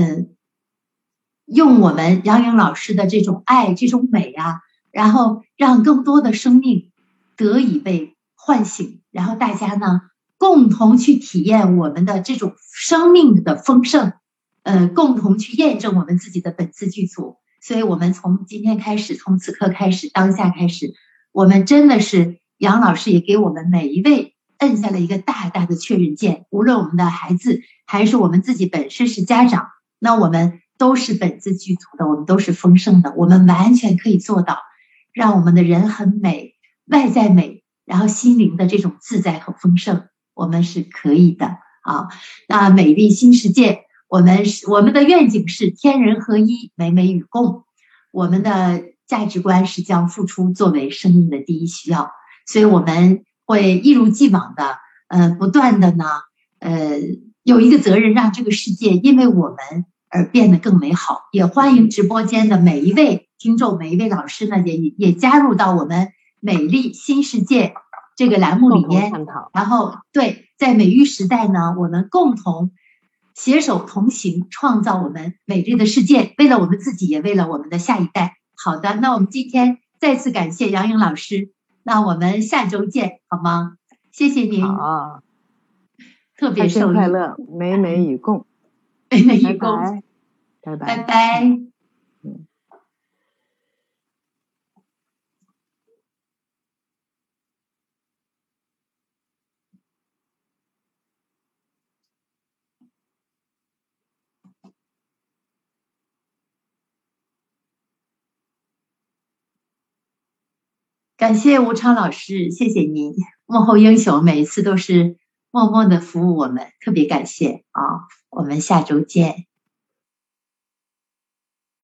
用我们杨颖老师的这种爱这种美啊，然后让更多的生命得以被唤醒，然后大家呢共同去体验我们的这种生命的丰盛，共同去验证我们自己的本自具足。所以我们从今天开始，从此刻开始，当下开始，我们真的是杨老师也给我们每一位摁下了一个大大的确认键，无论我们的孩子还是我们自己本身是家长，那我们都是本自具足的，我们都是丰盛的，我们完全可以做到让我们的人很美，外在美，然后心灵的这种自在和丰盛，我们是可以的啊。那美丽新世界，我们的愿景是天人合一，美美与共。我们的价值观是将付出作为生命的第一需要，所以我们会一如既往的不断的呢有一个责任让这个世界因为我们而变得更美好。也欢迎直播间的每一位听众，每一位老师呢也加入到我们美丽新世界这个栏目里面，然后对，在美育时代呢，我们共同携手同行，创造我们美丽的世界，为了我们自己，也为了我们的下一代。好的，那我们今天再次感谢杨颖老师，那我们下周见，好吗？谢谢您。 好， 特别受益， 快乐，美美与共， 美美与共， 拜拜， 拜拜。感谢吴超老师，谢谢您，幕后英雄，每一次都是默默的服务我们，特别感谢啊！我们下周见。